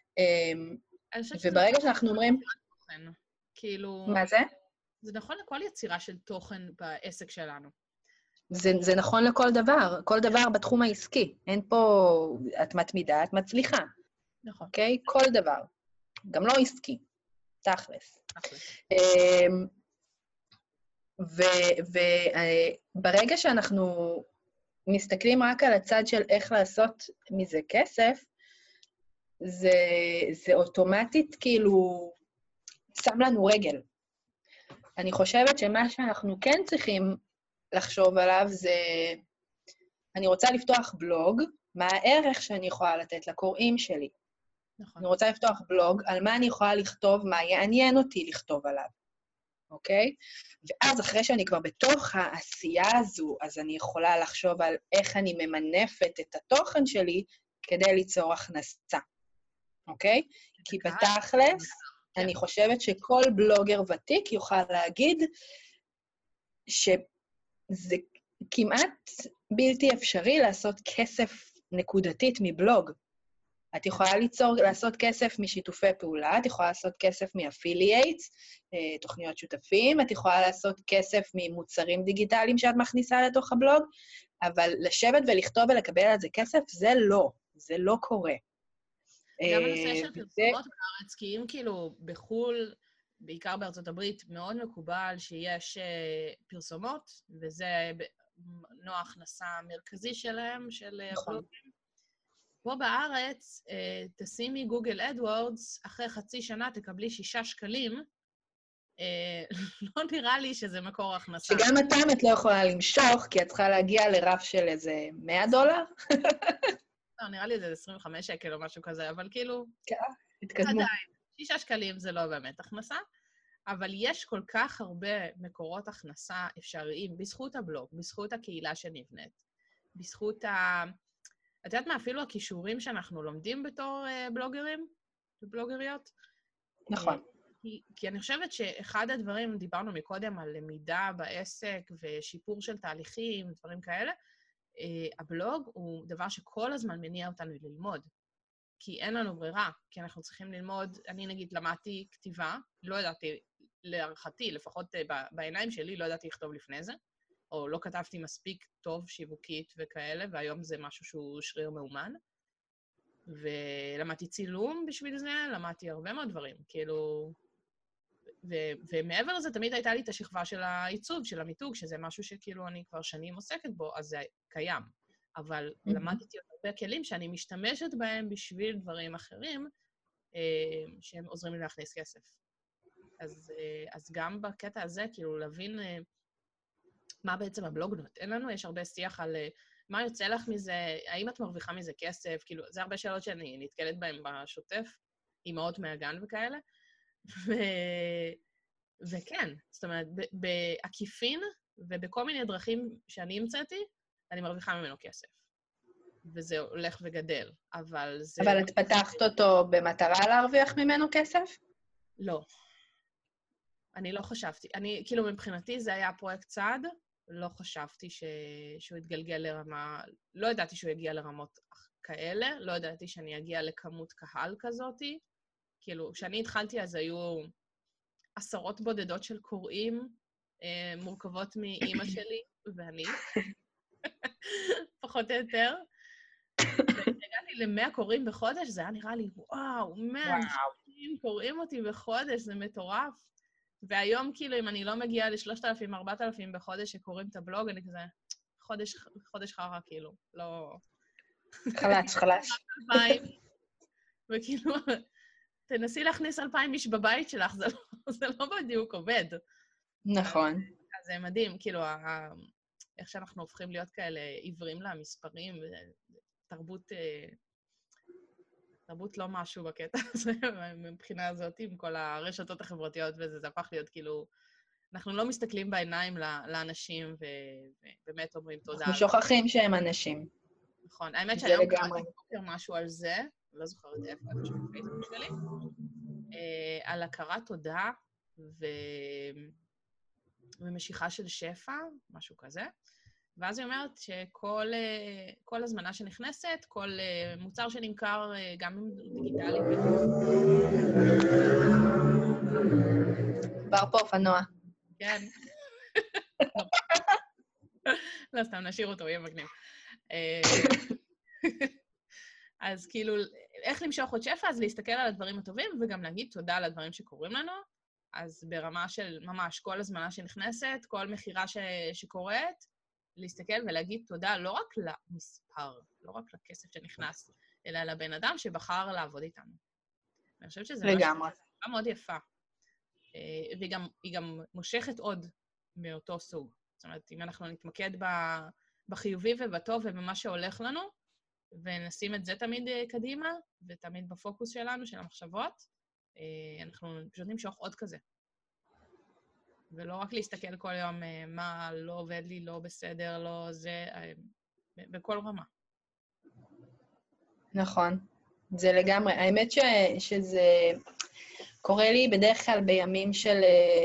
וברגע שאנחנו אומרים... כאילו... מה זה? זה נכון לכל יצירה של תוכן בעסק שלנו. זה, זה נכון לכל דבר, כל דבר בתחום העסקי. אין פה, את מתמידה, את מצליחה. נכון. אוקיי? כל דבר. גם לא עסקי. תכלס. תכלס. וברגע שאנחנו מסתכלים רק על הצד של איך לעשות מזה כסף, זה, זה אוטומטית כאילו שם לנו רגל. אני חושבת שמה שאנחנו כן צריכים לחשוב עליו זה, אני רוצה לפתוח בלוג, מה הערך שאני יכולה לתת לקוראים שלי. נכון. אני רוצה לפתוח בלוג, על מה אני יכולה לכתוב, מה יעניין אותי לכתוב עליו, אוקיי? ואז אחרי שאני כבר בתוך העשייה הזו, אז אני יכולה לחשוב על איך אני ממנפת את התוכן שלי כדי ליצור הכנסה, אוקיי? כי בתכלס, אני חושבת שכל בלוגר ותיק יוכל להגיד שזה כמעט בלתי אפשרי לעשות כסף נקודתית מבלוג. את יכולה ליצור, לעשות כסף משיתופי פעולה, את יכולה לעשות כסף מאפילייטס, תוכניות שותפים, את יכולה לעשות כסף ממוצרים דיגיטליים שאת מכניסה לתוך הבלוג, אבל לשבת ולכתוב ולקבל על זה כסף, זה לא, זה לא קורה. גם הנושא של פרסומות בארץ, כי אם כאילו בחול בעיקר בארצות הברית, מאוד מקובל שיש פרסומות, וזה מנוע הכנסה מרכזי שלהם, של הבלוגים. פה בארץ, תשימי גוגל אדוורדס, אחרי חצי שנה תקבלי שישה שקלים, לא נראה לי שזה מקור הכנסה. שגם אתם את לא יכולה למשוך, כי את צריכה להגיע לרף של איזה מאה דולר? לא, נראה לי זה עשרים וחמישה שקל או משהו כזה, אבל כאילו... כן, התקדמו. עדיין, שישה שקלים זה לא באמת הכנסה, אבל יש כל כך הרבה מקורות הכנסה אפשריים, בזכות הבלוג, בזכות הקהילה שנבנית, בזכות ה... את יודעת מה, אפילו הכישורים שאנחנו לומדים בתור בלוגרים, בלוגריות? נכון. כי, כי אני חושבת שאחד הדברים, דיברנו מקודם על למידה בעסק ושיפור של תהליכים ודברים כאלה, הבלוג הוא דבר שכל הזמן מניע אותנו ללמוד. כי אין לנו ברירה, כי אנחנו צריכים ללמוד, אני נגיד למדתי כתיבה, לא ידעתי, להערכתי, לפחות בעיניים שלי, לא ידעתי לכתוב לפני זה, או לא כתבתי מספיק טוב שיווקית וכאלה, והיום זה משהו שהוא שריר מאומן. ולמדתי צילום בשביל זה, למדתי הרבה מאוד דברים, כאילו... ו- ומעבר לזה, תמיד הייתה לי את השכבה של העיצוב, של המיתוג, שזה משהו שכאילו אני כבר שנים עוסקת בו, אז זה קיים. אבל mm-hmm. למדתי הרבה כלים שאני משתמשת בהם בשביל דברים אחרים, אה, שהם עוזרים לי להכניס כסף. אז, אה, אז גם בקטע הזה, כאילו, להבין אה, מה בעצם הבלוג נותן לנו, יש הרבה שיח על אה, מה יוצא לך מזה, האם את מרוויחה מזה כסף, כאילו, זה הרבה שאלות שאני נתקלת בהן בשוטף, אימהות מהגן וכאלה, ו... וכן, זאת אומרת, בעקיפין ובכל מיני דרכים שאני המצאתי, אני מרוויחה ממנו כסף. וזה הולך וגדל, אבל זה... אבל את פתחת אותו במטרה להרוויח ממנו כסף? לא. אני לא חשבתי. אני, כאילו, מבחינתי זה היה פרויקט צעד, לא חשבתי ש... שהוא יתגלגל לרמה... לא ידעתי שהוא יגיע לרמות כאלה, לא ידעתי שאני אגיע לכמות קהל כזאתי. כאילו, כשאני התחלתי אז היו עשרות בודדות של קוראים, אה, מורכבות מאימא שלי ואני, פחות או יותר. והגעתי למאה קוראים בחודש, זה היה נראה לי, וואו, מאה אנשים קוראים אותי בחודש, זה מטורף. והיום, כאילו, אם אני לא מגיעה ל-שלושת אלפים, ארבעת אלפים בחודש שקוראים את הבלוג, אני כזה, חודש, חודש חרה, כאילו, לא... חלץ, חלץ. וכאילו, תנסי להכניס אלפיים איש בבית שלך, זה לא, זה לא בדיוק עובד. נכון. אז זה מדהים, כאילו, איך שאנחנו הופכים להיות כאלה עיוורים למספרים, תרבות, תרבות לא משהו בקטע הזה, מבחינה הזאת, עם כל הרשתות החברתיות וזה, זה הפך להיות כאילו, אנחנו לא מסתכלים בעיניים לאנשים, ובאמת אומרים תודה. אנחנו שוכחים שהם אנשים. נכון, האמת שהיום קראתי בוקר משהו על זה, לא זוכרת איפה, איפה של הפייסבוק שלי, על הכרת תודה ומשיכה של שפע, משהו כזה. ואז היא אומרת שכל כל הזמנה שנכנסת, כל מוצר שנמכר, גם אם דיגיטלי. בר פה אופנוע. כן. לא, סתם, נשאיר אותו, יהיה מגניב. אז כאילו, איך למשוך עוד שפע? אז להסתכל על הדברים הטובים, וגם להגיד תודה על הדברים שקורים לנו. אז ברמה של ממש כל הזמנה שנכנסת, כל מחירה ש... שקורית, להסתכל ולהגיד תודה לא רק למספר, לא רק לכסף שנכנס, אלא לבן אדם שבחר לעבוד איתנו. אני חושבת שזה לגמרי. משהו מאוד יפה. והיא גם, היא גם מושכת עוד מאותו סוג. זאת אומרת, אם אנחנו נתמקד בחיובי ובטוב ובמה שהולך לנו, ונשים את זה תמיד קדימה, ותמיד בפוקוס שלנו, של המחשבות, אנחנו פשוט נמשוך עוד כזה. ולא רק להסתכל כל יום מה לא עובד לי, לא בסדר, לא זה, בכל רמה. נכון, זה לגמרי. האמת ש, שזה קורה לי בדרך כלל בימים של,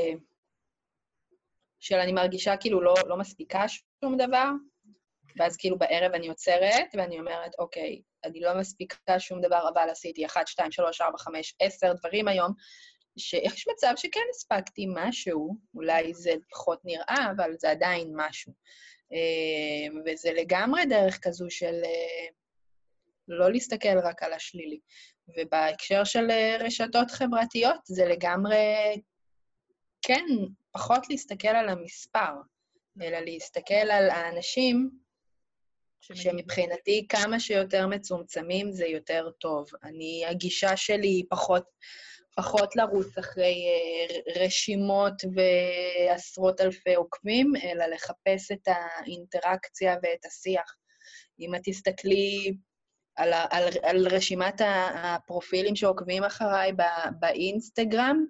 של אני מרגישה כאילו לא, לא מספיקה שום דבר, ואז כאילו בערב אני עוצרת, ואני אומרת, אוקיי, אני לא מספיקה שום דבר, אבל עשיתי אחת, שתיים, שלוש, ארבע, חמש, עשר דברים היום, שיש מצב שכן הספקתי משהו, אולי זה פחות נראה, אבל זה עדיין משהו. וזה לגמרי דרך כזו של לא להסתכל רק על השלילי. ובהקשר של רשתות חברתיות, זה לגמרי כן, פחות להסתכל על המספר, אלא להסתכל על האנשים שמבחינתי כמה שיותר מצומצמים זה יותר טוב. אני, הגישה שלי היא פחות, פחות לרוץ אחרי uh, רשימות ועשרות אלפי עוקבים, אלא לחפש את האינטראקציה ואת השיח. אם את תסתכלי על, על, על רשימת הפרופילים שעוקבים אחריי באינסטגרם,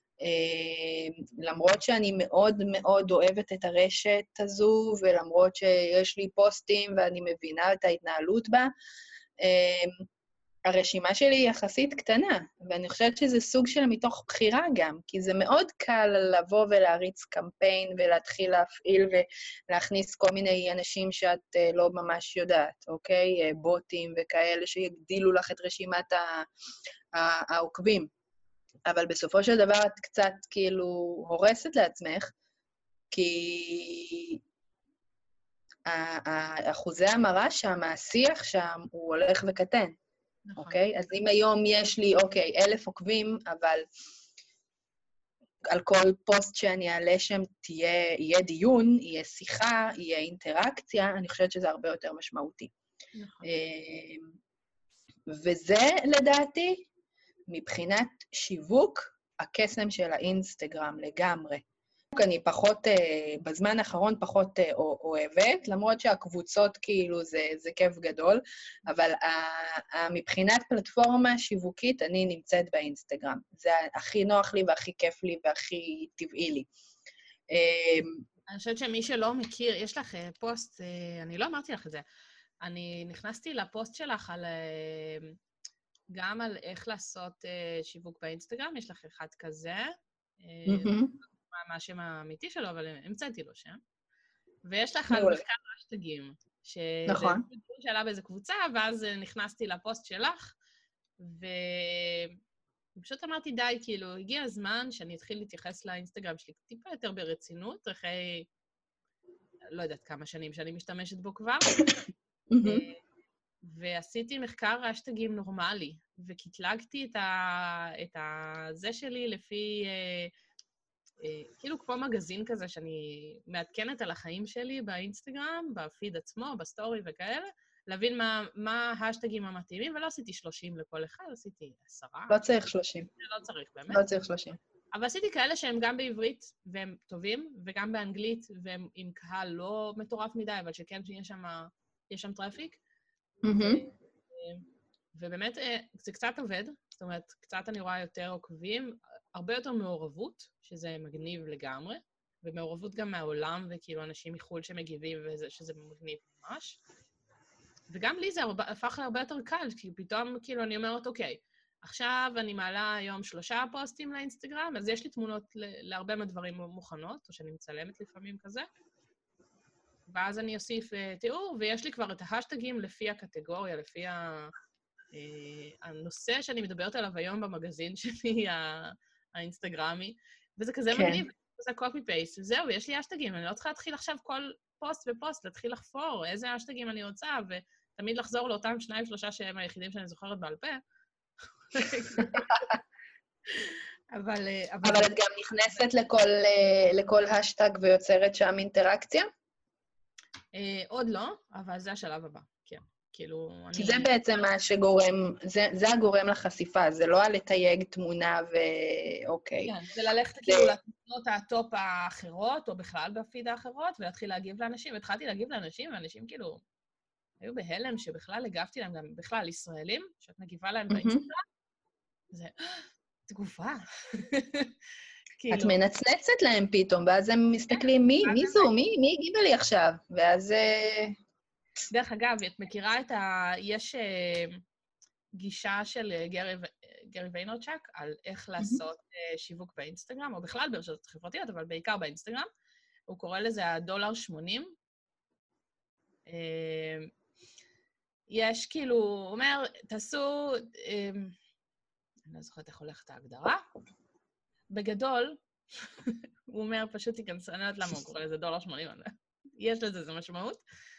למרות שאני מאוד מאוד אוהבת את הרשת הזו, ולמרות שיש לי פוסטים ואני מבינה את ההתנהלות בה, הרשימה שלי היא יחסית קטנה, ואני חושבת שזה סוג של מתוך בחירה גם, כי זה מאוד קל לבוא ולהריץ קמפיין ולהתחיל להפעיל ולהכניס כל מיני אנשים שאת לא ממש יודעת, אוקיי? בוטים וכאלה שיגדילו לך את רשימת העוקבים. אבל בסופו של דבר את קצת כאילו הורסת לעצמך, כי האחוזי המרה שם, השיח שם, הוא הולך וקטן. נכון. אוקיי? אז אם היום יש לי, אוקיי, אלף עוקבים, אבל על כל פוסט שאני אעלה שם תהיה, יהיה דיון, יהיה שיחה, יהיה אינטראקציה, אני חושבת שזה הרבה יותר משמעותי. נכון. וזה, לדעתי, מבחינת שיווק, הקסם של האינסטגרם לגמרי. אני פחות, בזמן האחרון פחות אוהבת, למרות שהקבוצות כאילו זה, זה כיף גדול, אבל מבחינת פלטפורמה שיווקית, אני נמצאת באינסטגרם. זה הכי נוח לי והכי כיף לי והכי טבעי לי. אני חושבת שמי שלא מכיר, יש לך פוסט, אני לא אמרתי לך את זה, אני נכנסתי לפוסט שלך על... גם על איך לעשות uh, שיווק באינסטגרם, יש לך אחד כזה, mm-hmm. מה, מה השם האמיתי שלו, אבל המצאתי לו שם, ויש לך על מחקר השטגים, נכון. שזה שאלה באיזה קבוצה, ואז נכנסתי לפוסט שלך, ופשוט אמרתי, די, כאילו, הגיע הזמן שאני אתחיל להתייחס לאינסטגרם שלי טיפה יותר ברצינות, אחרי, לא יודעת כמה שנים שאני משתמשת בו כבר, mm-hmm. ועשיתי מחקר השטגים נורמלי, וקטלגתי את, ה... את הזה שלי לפי, אה, אה, כאילו כמו מגזין כזה, שאני מעדכנת על החיים שלי באינסטגרם, בפיד עצמו, בסטורי וכאלה, להבין מה, מה השטגים המתאימים, ולא עשיתי שלושים לכל אחד, עשיתי עשרה. לא צריך שלושים. לא צריך, באמת. לא צריך שלושים. אבל עשיתי כאלה שהם גם בעברית, והם טובים, וגם באנגלית, והם עם קהל לא מטורף מדי, אבל שכן יש שם, יש שם טראפיק. ובאמת זה קצת עובד, זאת אומרת, קצת אני רואה יותר עוקבים, הרבה יותר מעורבות, שזה מגניב לגמרי, ומעורבות גם מהעולם, וכאילו אנשים מחול שמגיבים, שזה מגניב ממש. וגם לי זה הפך להרבה יותר קל, כי פתאום כאילו אני אומרת, אוקיי, עכשיו אני מעלה היום שלושה פוסטים לאינסטגרם, אז יש לי תמונות להרבה מהדברים מוכנות, או שאני מצלמת לפעמים כזה, ואז אני אוסיף תיאור, ויש לי כבר את ההשטגים לפי הקטגוריה, לפי הנושא שאני מדברת עליו היום במגזין שלי, האינסטגרמי, וזה כזה מגניב, זה קופי-פייסט, וזהו, יש לי השטגים, אני לא צריכה להתחיל עכשיו כל פוסט ופוסט, להתחיל לחפור איזה השטגים אני רוצה, ותמיד לחזור לאותם שניים, שלושה שהם היחידים שאני זוכרת בעל פה. אבל... אבל את גם נכנסת לכל השטג ויוצרת שם אינטראקציה? עוד לא, אבל זה השלב הבא, כן. כאילו, אני... כי זה בעצם מה שגורם, זה, זה הגורם לחשיפה, זה לא לתייג תמונה ואוקיי. כן, זה ללכת זה... כאילו לתמונות הטופ האחרות, או בכלל בפיד האחרות, ולהתחיל להגיב לאנשים. התחלתי להגיב לאנשים, ואנשים כאילו היו בהלם שבכלל הגבתי להם גם בכלל ישראלים, שאת מגיבה להם באינסטגרם, זה תגובה. את מנצנצת להם פתאום, ואז הם מסתכלים, מי, מי זו, מי, מי הגיבה לי עכשיו? ואז... דרך אגב, את מכירה את ה... יש גישה של גרי ויינרצ'אק על איך לעשות שיווק באינסטגרם, או בכלל ברשתות חברתיות, אבל בעיקר באינסטגרם. הוא קורא לזה הדולר שמונים. יש כאילו, הוא אומר, תעשו... אני לא זוכרת איך הולכת ההגדרה. בגדול, הוא אומר, פשוט תיכנס, אני לא יודעת למה הוא קורא לזה דולר שמונים, יש לזה, זה משמעות.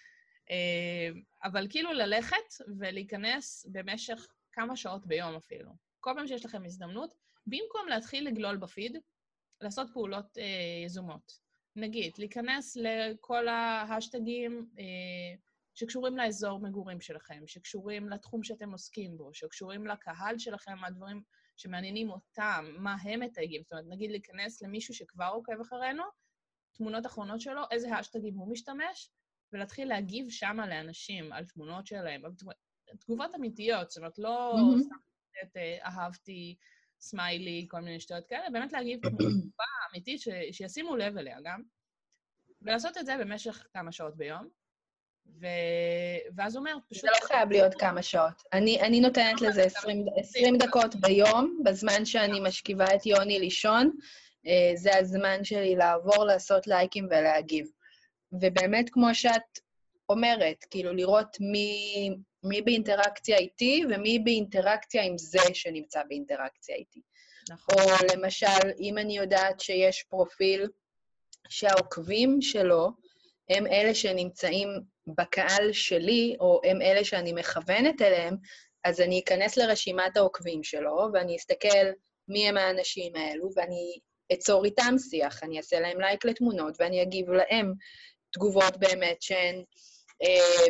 אבל כאילו ללכת ולהיכנס במשך כמה שעות ביום אפילו. כל פעם שיש לכם הזדמנות, במקום להתחיל לגלול בפיד, לעשות פעולות אה, יזומות. נגיד, להיכנס לכל ההשטגים אה, שקשורים לאזור מגורים שלכם, שקשורים לתחום שאתם עוסקים בו, שקשורים לקהל שלכם, הדברים שמעניינים אותם, מה הם מתייגים. זאת אומרת, נגיד להיכנס למישהו שכבר עוקב אחרינו, תמונות אחרונות שלו, איזה השטגים הוא משתמש, ולהתחיל להגיב שמה לאנשים על תמונות שלהם, תגובות אמיתיות, זאת אומרת, לא Mm-hmm. סתם את אהבתי, סמיילי, כל מיני שטויות כאלה, באמת להגיב תגובה אמיתית ש... שישימו לב אליה גם, ולעשות את זה במשך כמה שעות ביום, ו... ואז אומר, פשוט... זה לא חייב להיות כמה שעות. אני, אני נותנת לזה עשרים דקות ביום, בזמן שאני משכיבה את יוני לישון, זה הזמן שלי לעבור, לעשות לייקים ולהגיב. ובאמת, כמו שאת אומרת, כאילו לראות מי, מי באינטראקציה איתי, ומי באינטראקציה עם זה שנמצא באינטראקציה איתי. נכון. או למשל, אם אני יודעת שיש פרופיל שהעוקבים שלו, הם אלה שנמצאים בקהל שלי, או הם אלה שאני מכוונת אליהם, אז אני אכנס לרשימת העוקבים שלו, ואני אסתכל מי הם האנשים האלו, ואני אצור איתם שיח, אני אעשה להם לייק לתמונות, ואני אגיב להם תגובות באמת שהן אה,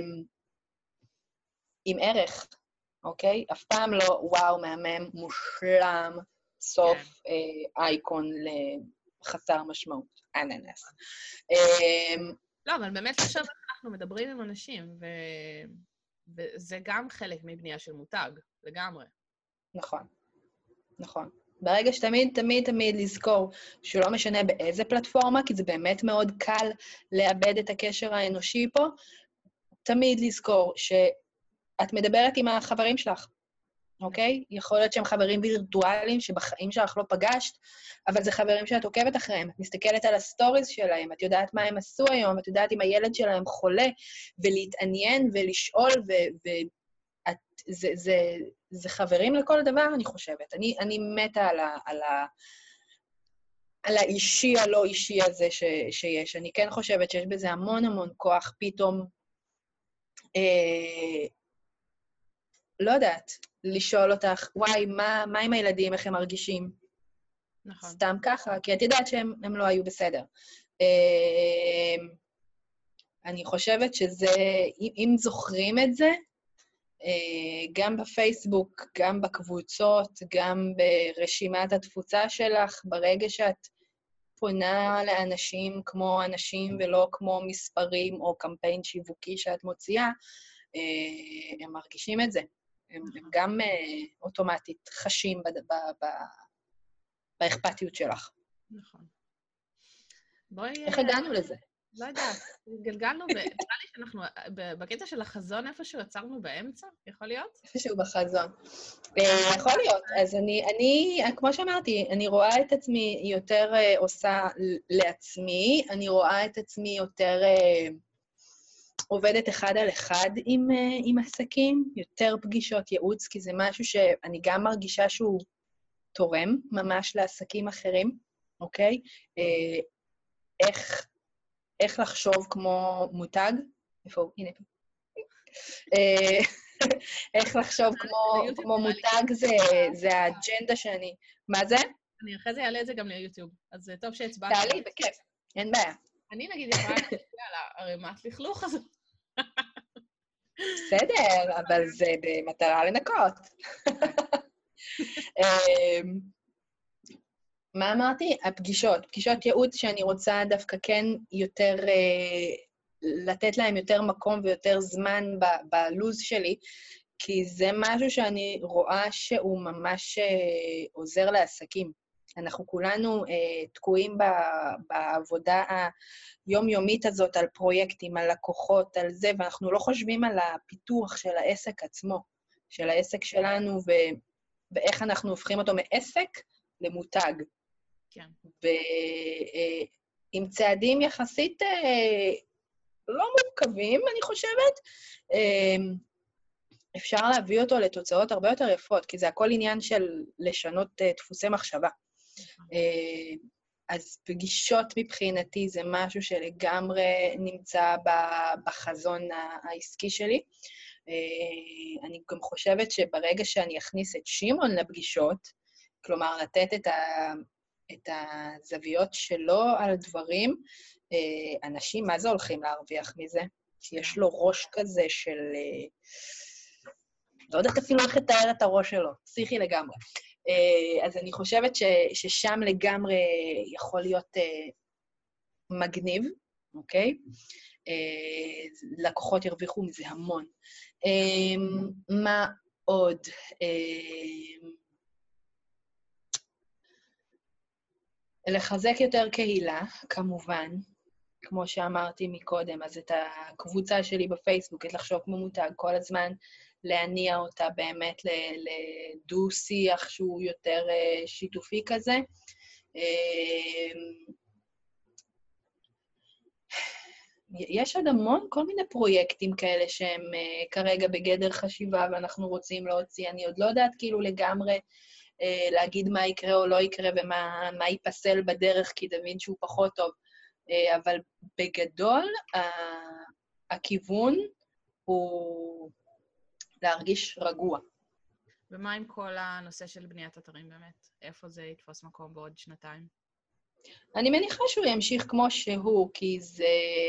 עם ערך, אוקיי? אף פעם לא, וואו, מהמם, מושלם, סוף כן. אה, אייקון לחסר משמעות, אננס. אה, לא, אבל באמת עכשיו אנחנו מדברים עם אנשים, ו... וזה גם חלק מבנייה של מותג, לגמרי. נכון, נכון. ברגע שתמיד, תמיד, תמיד לזכור שלא משנה באיזה פלטפורמה, כי זה באמת מאוד קל לאבד את הקשר האנושי פה, תמיד לזכור שאת מדברת עם החברים שלך, אוקיי? יכול להיות שהם חברים וירטואליים שבחיים שלך לא פגשת, אבל זה חברים שאת עוקבת אחריהם, את מסתכלת על הסטוריז שלהם, את יודעת מה הם עשו היום, את יודעת אם הילד שלהם חולה, ולהתעניין ולשאול, ואת, זה, זה, זה חברים לכל דבר, אני חושבת. אני, אני מתה על ה, על ה, על האישי הלא אישי הזה ש, שיש. אני כן חושבת שיש בזה המון המון כוח, פתאום, אה, לא יודעת, לשאול אותך, וואי, מה, מה עם הילדים, איך הם מרגישים? נכון. סתם ככה, כי את יודעת שהם הם לא היו בסדר. אה, אני חושבת שזה, אם, אם זוכרים את זה, גם בפייסבוק, גם בקבוצות, גם ברשימת התפוצה שלך, ברגע שאת פונה לאנשים כמו אנשים ולא כמו מספרים או קמפיין שיווקי שאת מוציאה, הם מרגישים את זה. הם, הם גם אוטומטית חשים ב, ב, ב, באכפתיות שלך. נכון. בואי... איך הגענו לזה? לא יודעת, גלגלנו, ונראה לי שאנחנו, בקטע של החזון איפשהו יצרנו באמצע, יכול להיות? איפשהו בחזון. יכול להיות, אז אני, אני, כמו שאמרתי, אני רואה את עצמי יותר עושה לעצמי, אני רואה את עצמי יותר עובדת אחד על אחד עם, עם עסקים, יותר פגישות ייעוץ, כי זה משהו שאני גם מרגישה שהוא תורם ממש לעסקים אחרים, אוקיי? איך... איך לחשוב כמו מותג, איפה הוא? הנה. איך לחשוב כמו, כמו מותג, זה, זה האג'נדה שאני... מה זה? אני אחרי זה אעלה את זה גם ליוטיוב, אז זה טוב שהצבעת. תעלי, בכיף, אין בעיה. אני נגיד יכולה להגיד, יאללה, הרי מה את לכלוך הזה? בסדר, אבל זה במטרה לנקות. מה אמרתי? הפגישות, פגישות ייעוץ שאני רוצה דווקא כן יותר, לתת להם יותר מקום ויותר זמן בלוז שלי, כי זה משהו שאני רואה שהוא ממש עוזר לעסקים. אנחנו כולנו תקועים בעבודה היומיומית הזאת על פרויקטים, על לקוחות, על זה, ואנחנו לא חושבים על הפיתוח של העסק עצמו, של העסק שלנו, ואיך אנחנו הופכים אותו מעסק למותג. כן. ועם צעדים יחסית לא מורכבים, אני חושבת, אפשר להביא אותו לתוצאות הרבה יותר יפות, כי זה הכל עניין של לשנות דפוסי מחשבה. אז פגישות מבחינתי זה משהו שלגמרי נמצא בחזון העסקי שלי. אני גם חושבת שברגע שאני אכניס את שמעון לפגישות, כלומר, לתת את ה... את הזוויות שלו על הדברים, אנשים, מה זה הולכים להרוויח מזה? שיש לו ראש כזה של... לא יודעת אפילו איך לתאר את הראש שלו, פסיכי לגמרי. אז אני חושבת ש, ששם לגמרי יכול להיות מגניב, אוקיי? לקוחות ירוויחו מזה המון. מה עוד? לחזק יותר קהילה, כמובן, כמו שאמרתי מקודם, אז את הקבוצה שלי בפייסבוק, את לחשוב כמו מותג, כל הזמן להניע אותה באמת לדו-שיח שהוא יותר שיתופי כזה. יש עוד המון, כל מיני פרויקטים כאלה שהם כרגע בגדר חשיבה ואנחנו רוצים להוציא. אני עוד לא יודעת כאילו לגמרי להגיד מה יקרה או לא יקרה ומה מה ייפסל בדרך, כי תבין שהוא פחות טוב. אבל בגדול, הכיוון הוא להרגיש רגוע. ומה עם כל הנושא של בניית אתרים באמת? איפה זה יתפוס מקום בעוד שנתיים? אני מניחה שהוא ימשיך כמו שהוא, כי זה...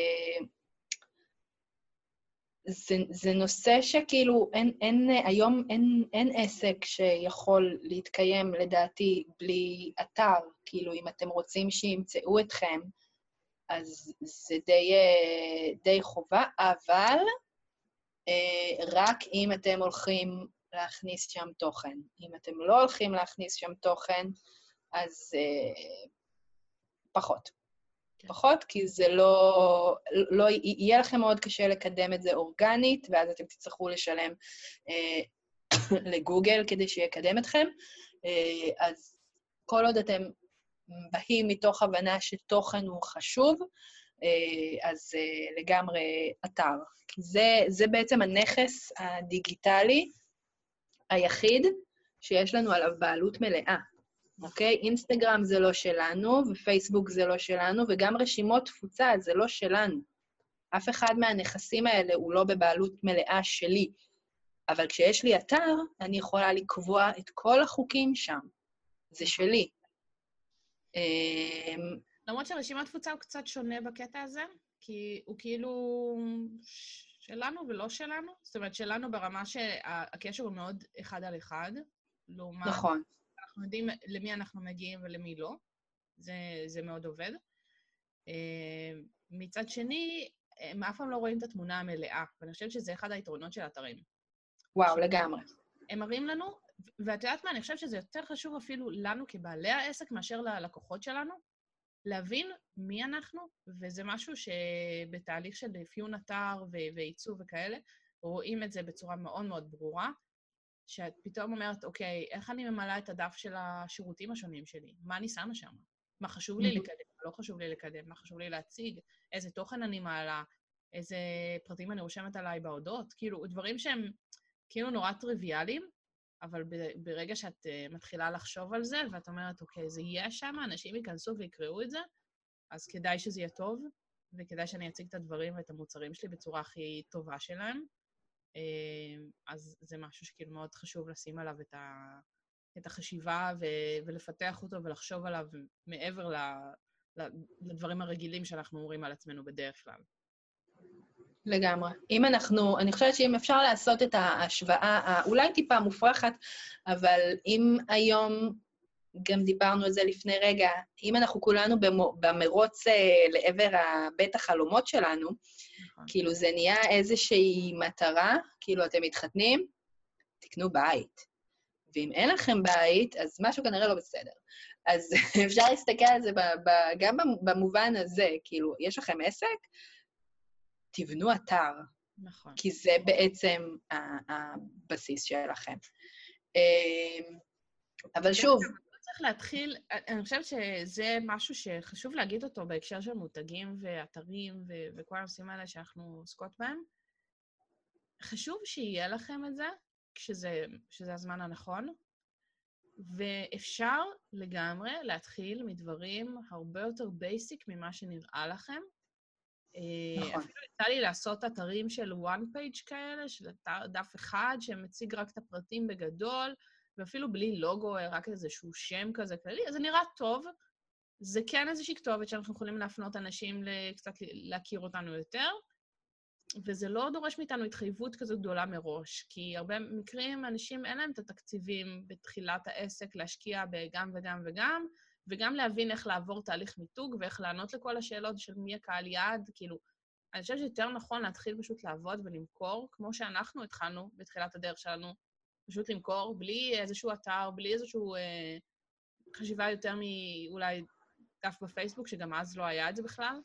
זה, זה נושא שכאילו, אין, אין, היום אין, אין עסק שיכול להתקיים, לדעתי, בלי אתר. כאילו, אם אתם רוצים שימצאו אתכם, אז זה די, די חובה, אבל רק אם אתם הולכים להכניס שם תוכן. אם אתם לא הולכים להכניס שם תוכן, אז פחות. פחות, כי זה לא, לא, יהיה לכם מאוד קשה לקדם את זה אורגנית, ואז אתם תצטרכו לשלם אה, לגוגל כדי שיקדם אתכם. אה, אז כל עוד אתם באים מתוך הבנה שתוכן הוא חשוב, אה, אז אה, לגמרי אתר. כי זה, זה בעצם הנכס הדיגיטלי היחיד שיש לנו עליו בעלות מלאה. אוקיי? אינסטגרם זה לא שלנו, ופייסבוק זה לא שלנו, וגם רשימות תפוצה זה לא שלנו. אף אחד מהנכסים האלה הוא לא בבעלות מלאה שלי. אבל כשיש לי אתר, אני יכולה לקבוע את כל החוקים שם. זה שלי. למרות שרשימת תפוצה הוא קצת שונה בקטע הזה, כי הוא כאילו שלנו ולא שלנו. זאת אומרת, שלנו ברמה שהקשר הוא מאוד אחד על אחד, לעומת... נכון. אנחנו יודעים למי אנחנו מגיעים ולמי לא. זה, זה מאוד עובד. מצד שני, הם אף פעם לא רואים את התמונה המלאה, ואני חושבת שזה אחד היתרונות של האתרים. וואו, לגמרי. הם מראים לנו, ואת יודעת מה, אני חושבת שזה יותר חשוב אפילו לנו כבעלי העסק מאשר ללקוחות שלנו, להבין מי אנחנו, וזה משהו שבתהליך של אפיון אתר ועיצוב וכאלה, רואים את זה בצורה מאוד מאוד ברורה, שאת פתאום אומרת, אוקיי, איך אני ממלאה את הדף של השירותים השונים שלי? מה אני שמה שם? מה חשוב לי לקדם? מה לא חשוב לי לקדם? מה חשוב לי להציג? איזה תוכן אני מעלה? איזה פרטים אני רושמת עליי בהודות? כאילו, דברים שהם כאילו נורא טריוויאליים, אבל ברגע שאת מתחילה לחשוב על זה, ואת אומרת, אוקיי, זה יהיה שם, אנשים ייכנסו ויקראו את זה, אז כדאי שזה יהיה טוב, וכדאי שאני אציג את הדברים ואת המוצרים שלי בצורה הכי טובה שלהם. אז זה משהו שכאילו מאוד חשוב לשים עליו את, ה, את החשיבה ו, ולפתח אותו ולחשוב עליו מעבר ל, ל, לדברים הרגילים שאנחנו אומרים על עצמנו בדרך כלל. לגמרי. אם אנחנו, אני חושבת שאם אפשר לעשות את ההשוואה, אולי טיפה מופרכת, אבל אם היום, גם דיברנו על זה לפני רגע, אם אנחנו כולנו במרוץ לעבר בית החלומות שלנו, נכון. כאילו זה נהיה איזושהי מטרה, כאילו אתם מתחתנים, תקנו בית. ואם אין לכם בית, אז משהו כנראה לא בסדר. אז אפשר להסתכל על זה גם במובן הזה, כאילו, יש לכם עסק, תבנו אתר. נכון. כי זה בעצם הבסיס שלכם. אבל שוב... צריך להתחיל, אני חושבת שזה משהו שחשוב להגיד אותו בהקשר של מותגים ואתרים וכל הנושאים האלה שאנחנו עוסקות בהם. חשוב שיהיה לכם את זה, כשזה, שזה הזמן הנכון, ואפשר לגמרי להתחיל מדברים הרבה יותר בייסיק ממה שנראה לכם. נכון. אפילו יצא לי לעשות אתרים של one page כאלה, של דף אחד שמציג רק את הפרטים בגדול, ואפילו בלי לוגו, רק איזשהו שם כזה כללי, אז זה נראה טוב, זה כן איזושהי כתובת שאנחנו יכולים להפנות אנשים קצת להכיר אותנו יותר, וזה לא דורש מאיתנו התחייבות כזו גדולה מראש, כי הרבה מקרים אנשים אין להם את התקציבים בתחילת העסק להשקיע בגם וגם וגם, וגם להבין איך לעבור תהליך מיתוג ואיך לענות לכל השאלות של מי הקהל יעד, כאילו, אני חושבת שיותר נכון להתחיל פשוט לעבוד ולמכור, כמו שאנחנו התחלנו בתחילת הדרך שלנו, פשוט למכור, בלי איזשהו אתר, בלי איזשהו אה, חשיבה יותר מאולי דף בפייסבוק, שגם אז לא היה את זה בכלל.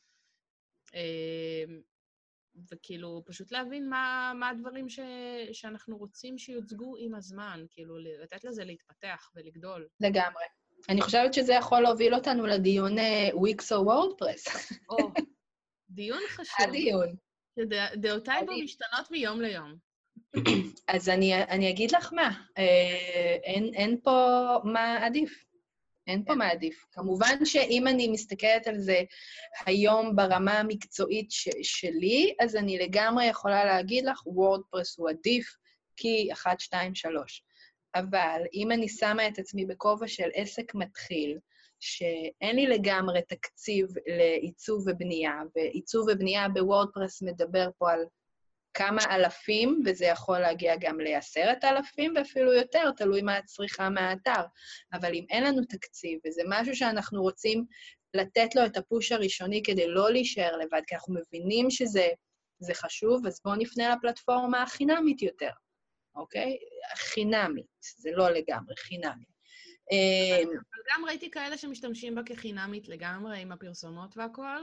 אה, וכאילו, פשוט להבין מה, מה הדברים ש, שאנחנו רוצים שיוצגו עם הזמן, כאילו, לתת לזה להתפתח ולגדול. לגמרי. אני חושבת שזה יכול להוביל אותנו לדיון וויקס או וורדפרס. או, דיון חשוב. הדיון. שדעותיי בו משתנות מיום ליום. אז אני, אני אגיד לך מה, אה, אין, אין פה מה עדיף. אין פה מה עדיף. כמובן שאם אני מסתכלת על זה היום ברמה המקצועית ש- שלי, אז אני לגמרי יכולה להגיד לך, וורדפרס הוא עדיף, כי אחת, שתיים, שלוש. אבל אם אני שמה את עצמי בכובע של עסק מתחיל, שאין לי לגמרי תקציב לעיצוב ובנייה, ועיצוב ובנייה בוורדפרס מדבר פה על כמה אלפים, וזה יכול להגיע גם לעשרת אלפים, ואפילו יותר, תלוי מה הצריכה מהאתר. אבל אם אין לנו תקציב, וזה משהו שאנחנו רוצים לתת לו את הפוש הראשוני כדי לא להישאר לבד, כי אנחנו מבינים שזה זה חשוב, אז בואו נפנה לפלטפורמה החינמית יותר, אוקיי? חינמית, זה לא לגמרי, חינמית. אבל גם ראיתי כאלה שמשתמשים בה כחינמית לגמרי, עם הפרסומות והכל,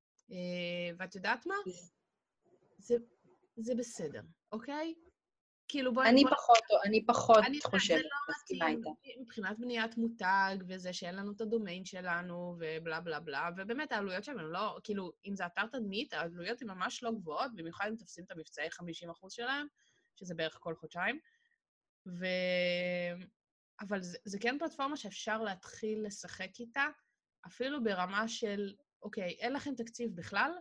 ואת יודעת מה? זה... זה בסדר, אוקיי? כאילו בואי... אני בוא... פחות, אני פחות אני, חושבת, זה לא מסכימה איתה. מבחינת בניית מותג, וזה שאין לנו את הדומיין שלנו, ובלה בלה בלה, ובאמת העלויות שלנו לא, כאילו, אם זה אתר תדמית, העלויות הן ממש לא גבוהות, במיוחד אם תופסים את המבצעי חמישים אחוז שלהם, שזה בערך כל חודשיים. ו... אבל זה, זה כן פלטפורמה שאפשר להתחיל לשחק איתה, אפילו ברמה של, אוקיי, אין לכם תקציב בכלל,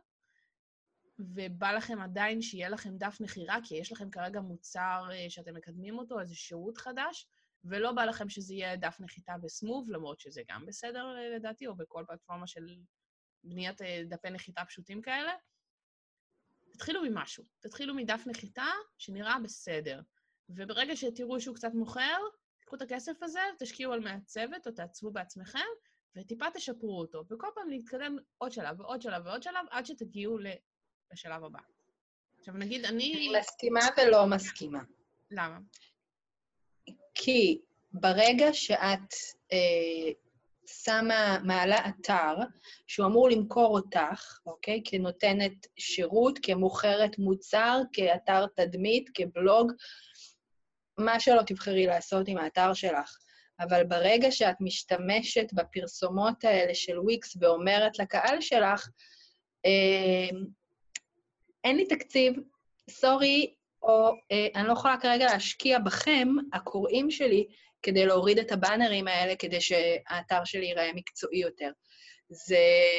ובא לכם עדיין שיהיה לכם דף מחירה, כי יש לכם כרגע מוצר שאתם מקדמים אותו, איזה שירות חדש, ולא בא לכם שזה יהיה דף נחיתה בסמוב, למרות שזה גם בסדר לדעתי, או בכל פלטפורמה של בניית דפי נחיתה פשוטים כאלה. תתחילו ממשהו. תתחילו מדף נחיתה שנראה בסדר. וברגע שתראו שהוא קצת מוכר, תקחו את הכסף הזה, תשקיעו על מעצבת או תעצבו בעצמכם, וטיפה תשפרו אותו. וכל פעם להתקדם עוד שלב ועוד שלב ועוד שלב, עד שתגיעו ל... בשלב הבא. עכשיו, נגיד, אני... אני מסכימה ולא מסכימה. למה? כי ברגע שאת אה, שמה, מעלה אתר, שהוא אמור למכור אותך, אוקיי? כנותנת שירות, כמוכרת מוצר, כאתר תדמית, כבלוג, מה שלא תבחרי לעשות עם האתר שלך. אבל ברגע שאת משתמשת בפרסומות האלה של וויקס ואומרת לקהל שלך, אה, אין לי תקציב, סורי, או אה, אני לא יכולה כרגע להשקיע בכם, הקוראים שלי, כדי להוריד את הבאנרים האלה, כדי שהאתר שלי ייראה מקצועי יותר. זה...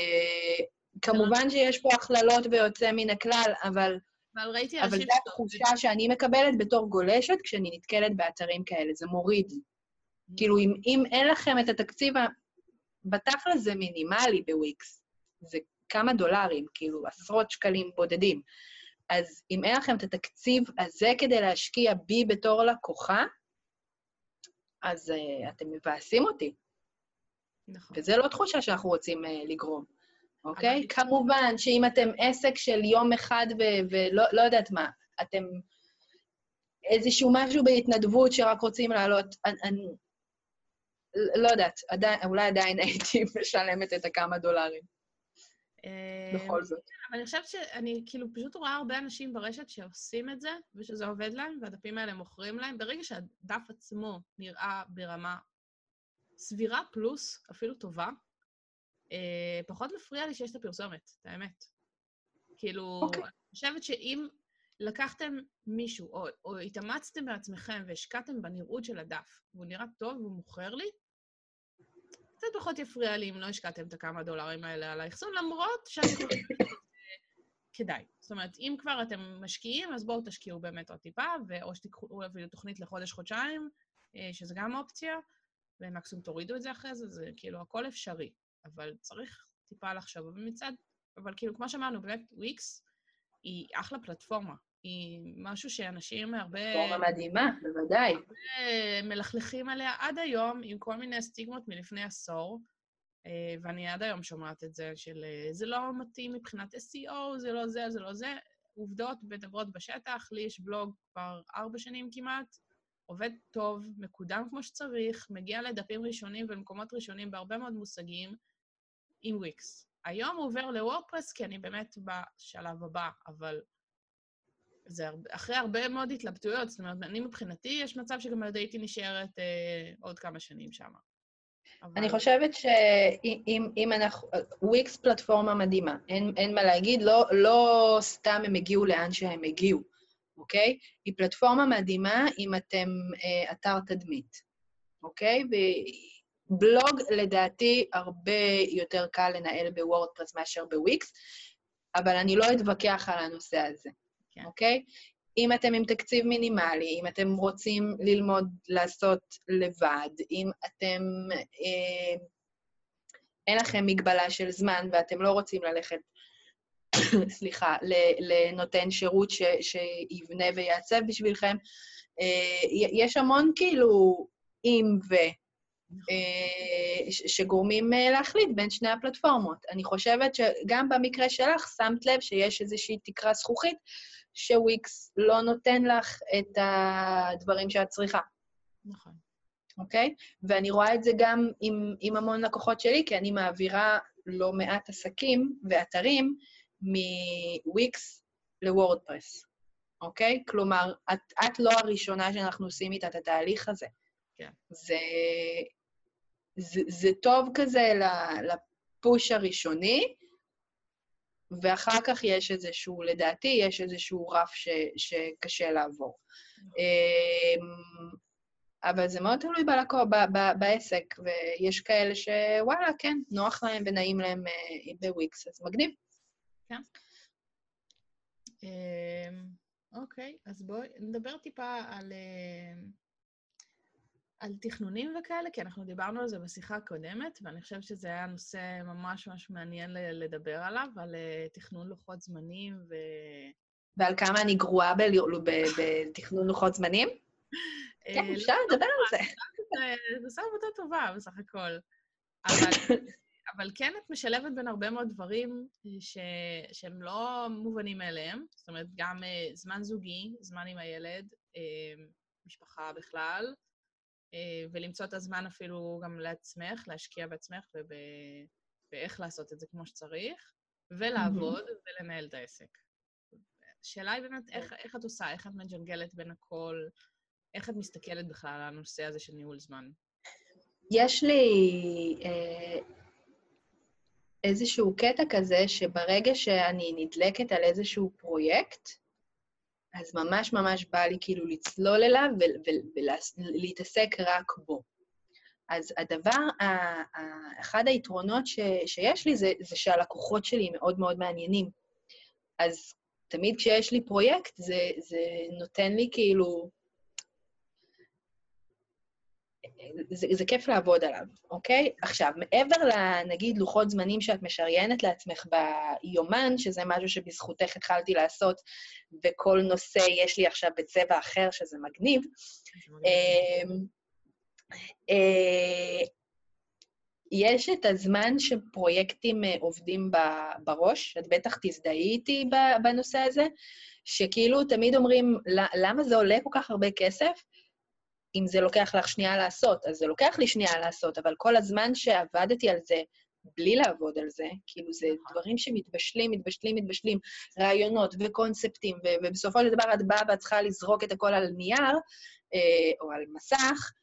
כמובן שיש פה הכללות ויוצא מן הכלל, אבל... אבל ראיתי אבל אנשים... זו התחושה שאני מקבלת בתור גולשת, כשאני נתקלת באתרים כאלה, זה מוריד לי. כאילו, אם, אם אין לכם את התקציב, בתכל'ס זה מינימלי בוויקס. זה כמה דולרים, כאילו, עשרות שקלים בודדים. אז אם אין לכם את התקציב הזה כדי להשקיע בי בתור לקוחה, אז uh, אתם מבאסים אותי. נכון. וזו לא תחושה שאנחנו רוצים uh, לגרום, אוקיי? אבל... כמובן שאם אתם עסק של יום אחד ו- ולא לא יודעת מה, אתם איזשהו משהו בהתנדבות שרק רוצים לעלות, אני, אני לא יודעת, עדיין, אולי עדיין הייתי משלמת את הכמה דולרים. בכל זאת. אבל אני חושבת שאני כאילו פשוט רואה הרבה אנשים ברשת שעושים את זה, ושזה עובד להם, והדפים האלה מוכרים להם. ברגע שהדף עצמו נראה ברמה סבירה פלוס, אפילו טובה, פחות מפריע לי שיש את הפרסומת, את האמת. כאילו, אני חושבת שאם לקחתם מישהו, או, או התאמצתם בעצמכם והשקעתם בנראות של הדף, והוא נראה טוב והוא מוכר לי, קצת פחות יפריע לי אם לא השקעתם את הכמה דולרים האלה על האחסון, למרות שאני חושבת כדאי. זאת אומרת, אם כבר אתם משקיעים, אז בואו תשקיעו באמת עוד טיפה, או שתיקחו אפילו תוכנית לחודש-חודשיים, שזה גם אופציה, ומקסימום תורידו את זה אחרי זה, זה כאילו הכל אפשרי. אבל צריך טיפה לחשוב. אבל מצד, אבל כאילו, כמו שאמרנו, באמת, וויקס היא אחלה פלטפורמה. היא משהו שאנשים הרבה... פלטפורמה מדהימה, בוודאי. הרבה מלכלכים עליה עד היום, עם כל מיני סטיגמות מלפני עשור, ואני עד היום שומעת את זה, של זה לא מתאים מבחינת אס אי או, זה לא זה, זה לא זה. עובדות מדברות בשטח, לי יש בלוג כבר ארבע שנים כמעט, עובד טוב, מקודם כמו שצריך, מגיע לדפים ראשונים ולמקומות ראשונים בהרבה מאוד מושגים עם וויקס. היום הוא עובר לוורדפרס, כי אני באמת בשלב הבא, אבל זה הרבה, אחרי הרבה מאוד התלבטויות, זאת אומרת, אני מבחינתי, יש מצב שגם עוד הייתי נשארת אה, עוד כמה שנים שם. אבל... אני חושבת שאם אם אנחנו... וויקס פלטפורמה מדהימה, אין, אין מה להגיד, לא, לא סתם הם הגיעו לאן שהם הגיעו, אוקיי? היא פלטפורמה מדהימה אם אתם אה, אתר תדמית, אוקיי? ובלוג לדעתי הרבה יותר קל לנהל בוורדפרס מאשר בוויקס, אבל אני לא אתווכח על הנושא הזה, כן. אוקיי? אם אתם עם תקציב מינימלי, אם אתם רוצים ללמוד לעשות לבד, אם אתם, אה, אין לכם מגבלה של זמן ואתם לא רוצים ללכת, סליחה, לנותן שירות ש, שיבנה ויעצב בשבילכם, אה, יש המון כאילו אם ו, אה, שגורמים להחליט בין שני הפלטפורמות. אני חושבת שגם במקרה שלך שמת לב שיש איזושהי תקרה זכוכית, שוויקס לא נותן לך את הדברים שאת צריכה. נכון. אוקיי? ואני רואה את זה גם עם, עם המון לקוחות שלי, כי אני מעבירה לא מעט עסקים ואתרים מוויקס לוורדפרס. אוקיי? כלומר, את, את לא הראשונה שאנחנו עושים איתה את התהליך הזה. כן. זה, זה, זה טוב כזה לפוש הראשוני, ואחר כך יש איזשהו, לדעתי, יש איזשהו רף ש, שקשה לעבור. אבל זה מאוד תלוי בלקוח, ב, ב, בעסק, ויש כאלה שוואלה, כן, נוח להם ונעים להם בוויקס, אז מגניב. כן. אוקיי, אז בואי נדבר טיפה על, על תכנונים וכאלה, כי אנחנו דיברנו על זה בשיחה הקודמת, ואני חושבת שזה היה נושא ממש ממש מעניין לדבר עליו, על תכנון לוחות זמנים ו... ועל כמה אני גרועה בתכנון לוחות זמנים? כן, אפשר לדבר על זה. זה עושה עבודה טובה בסך הכל. אבל, אבל כן את משלבת בין הרבה מאוד דברים ש, שהם לא מובנים מאליהם, זאת אומרת, גם זמן זוגי, זמן עם הילד, משפחה בכלל, ולמצוא את הזמן אפילו גם לעצמך, להשקיע בעצמך ובאיך לעשות את זה כמו שצריך, ולעבוד ולנהל את העסק. השאלה היא באמת, איך, איך את עושה, איך את מג'נגלת בין הכל, איך את מסתכלת בכלל על הנושא הזה של ניהול זמן? יש לי אה, איזשהו קטע כזה שברגע שאני נדלקת על איזשהו פרויקט, אז ממש ממש בא לי כאילו לצלול אליו ולהתעסק רק בו. אז הדבר, אחד היתרונות ש, שיש לי זה, זה שהלקוחות שלי מאוד מאוד מעניינים. אז תמיד כשיש לי פרויקט, זה, זה נותן לי כאילו... זה, זה כיף לעבוד עליו, אוקיי? עכשיו, מעבר לנגיד לוחות זמנים שאת משריינת לעצמך ביומן, שזה משהו שבזכותך התחלתי לעשות, וכל נושא יש לי עכשיו בצבע אחר, שזה מגניב, אה, אה, יש את הזמן שפרויקטים עובדים בראש, את בטח תזדהי איתי בנושא הזה, שכאילו תמיד אומרים, למה זה עולה כל כך הרבה כסף? אם זה לוקח לך שנייה לעשות, אז זה לוקח לי שנייה לעשות, אבל כל הזמן שעבדתי על זה, בלי לעבוד על זה, כאילו זה דברים שמתבשלים, מתבשלים, מתבשלים, רעיונות וקונספטים, ובסופו של דבר את באה ואת צריכה לזרוק את הכל על נייר, או על מסך,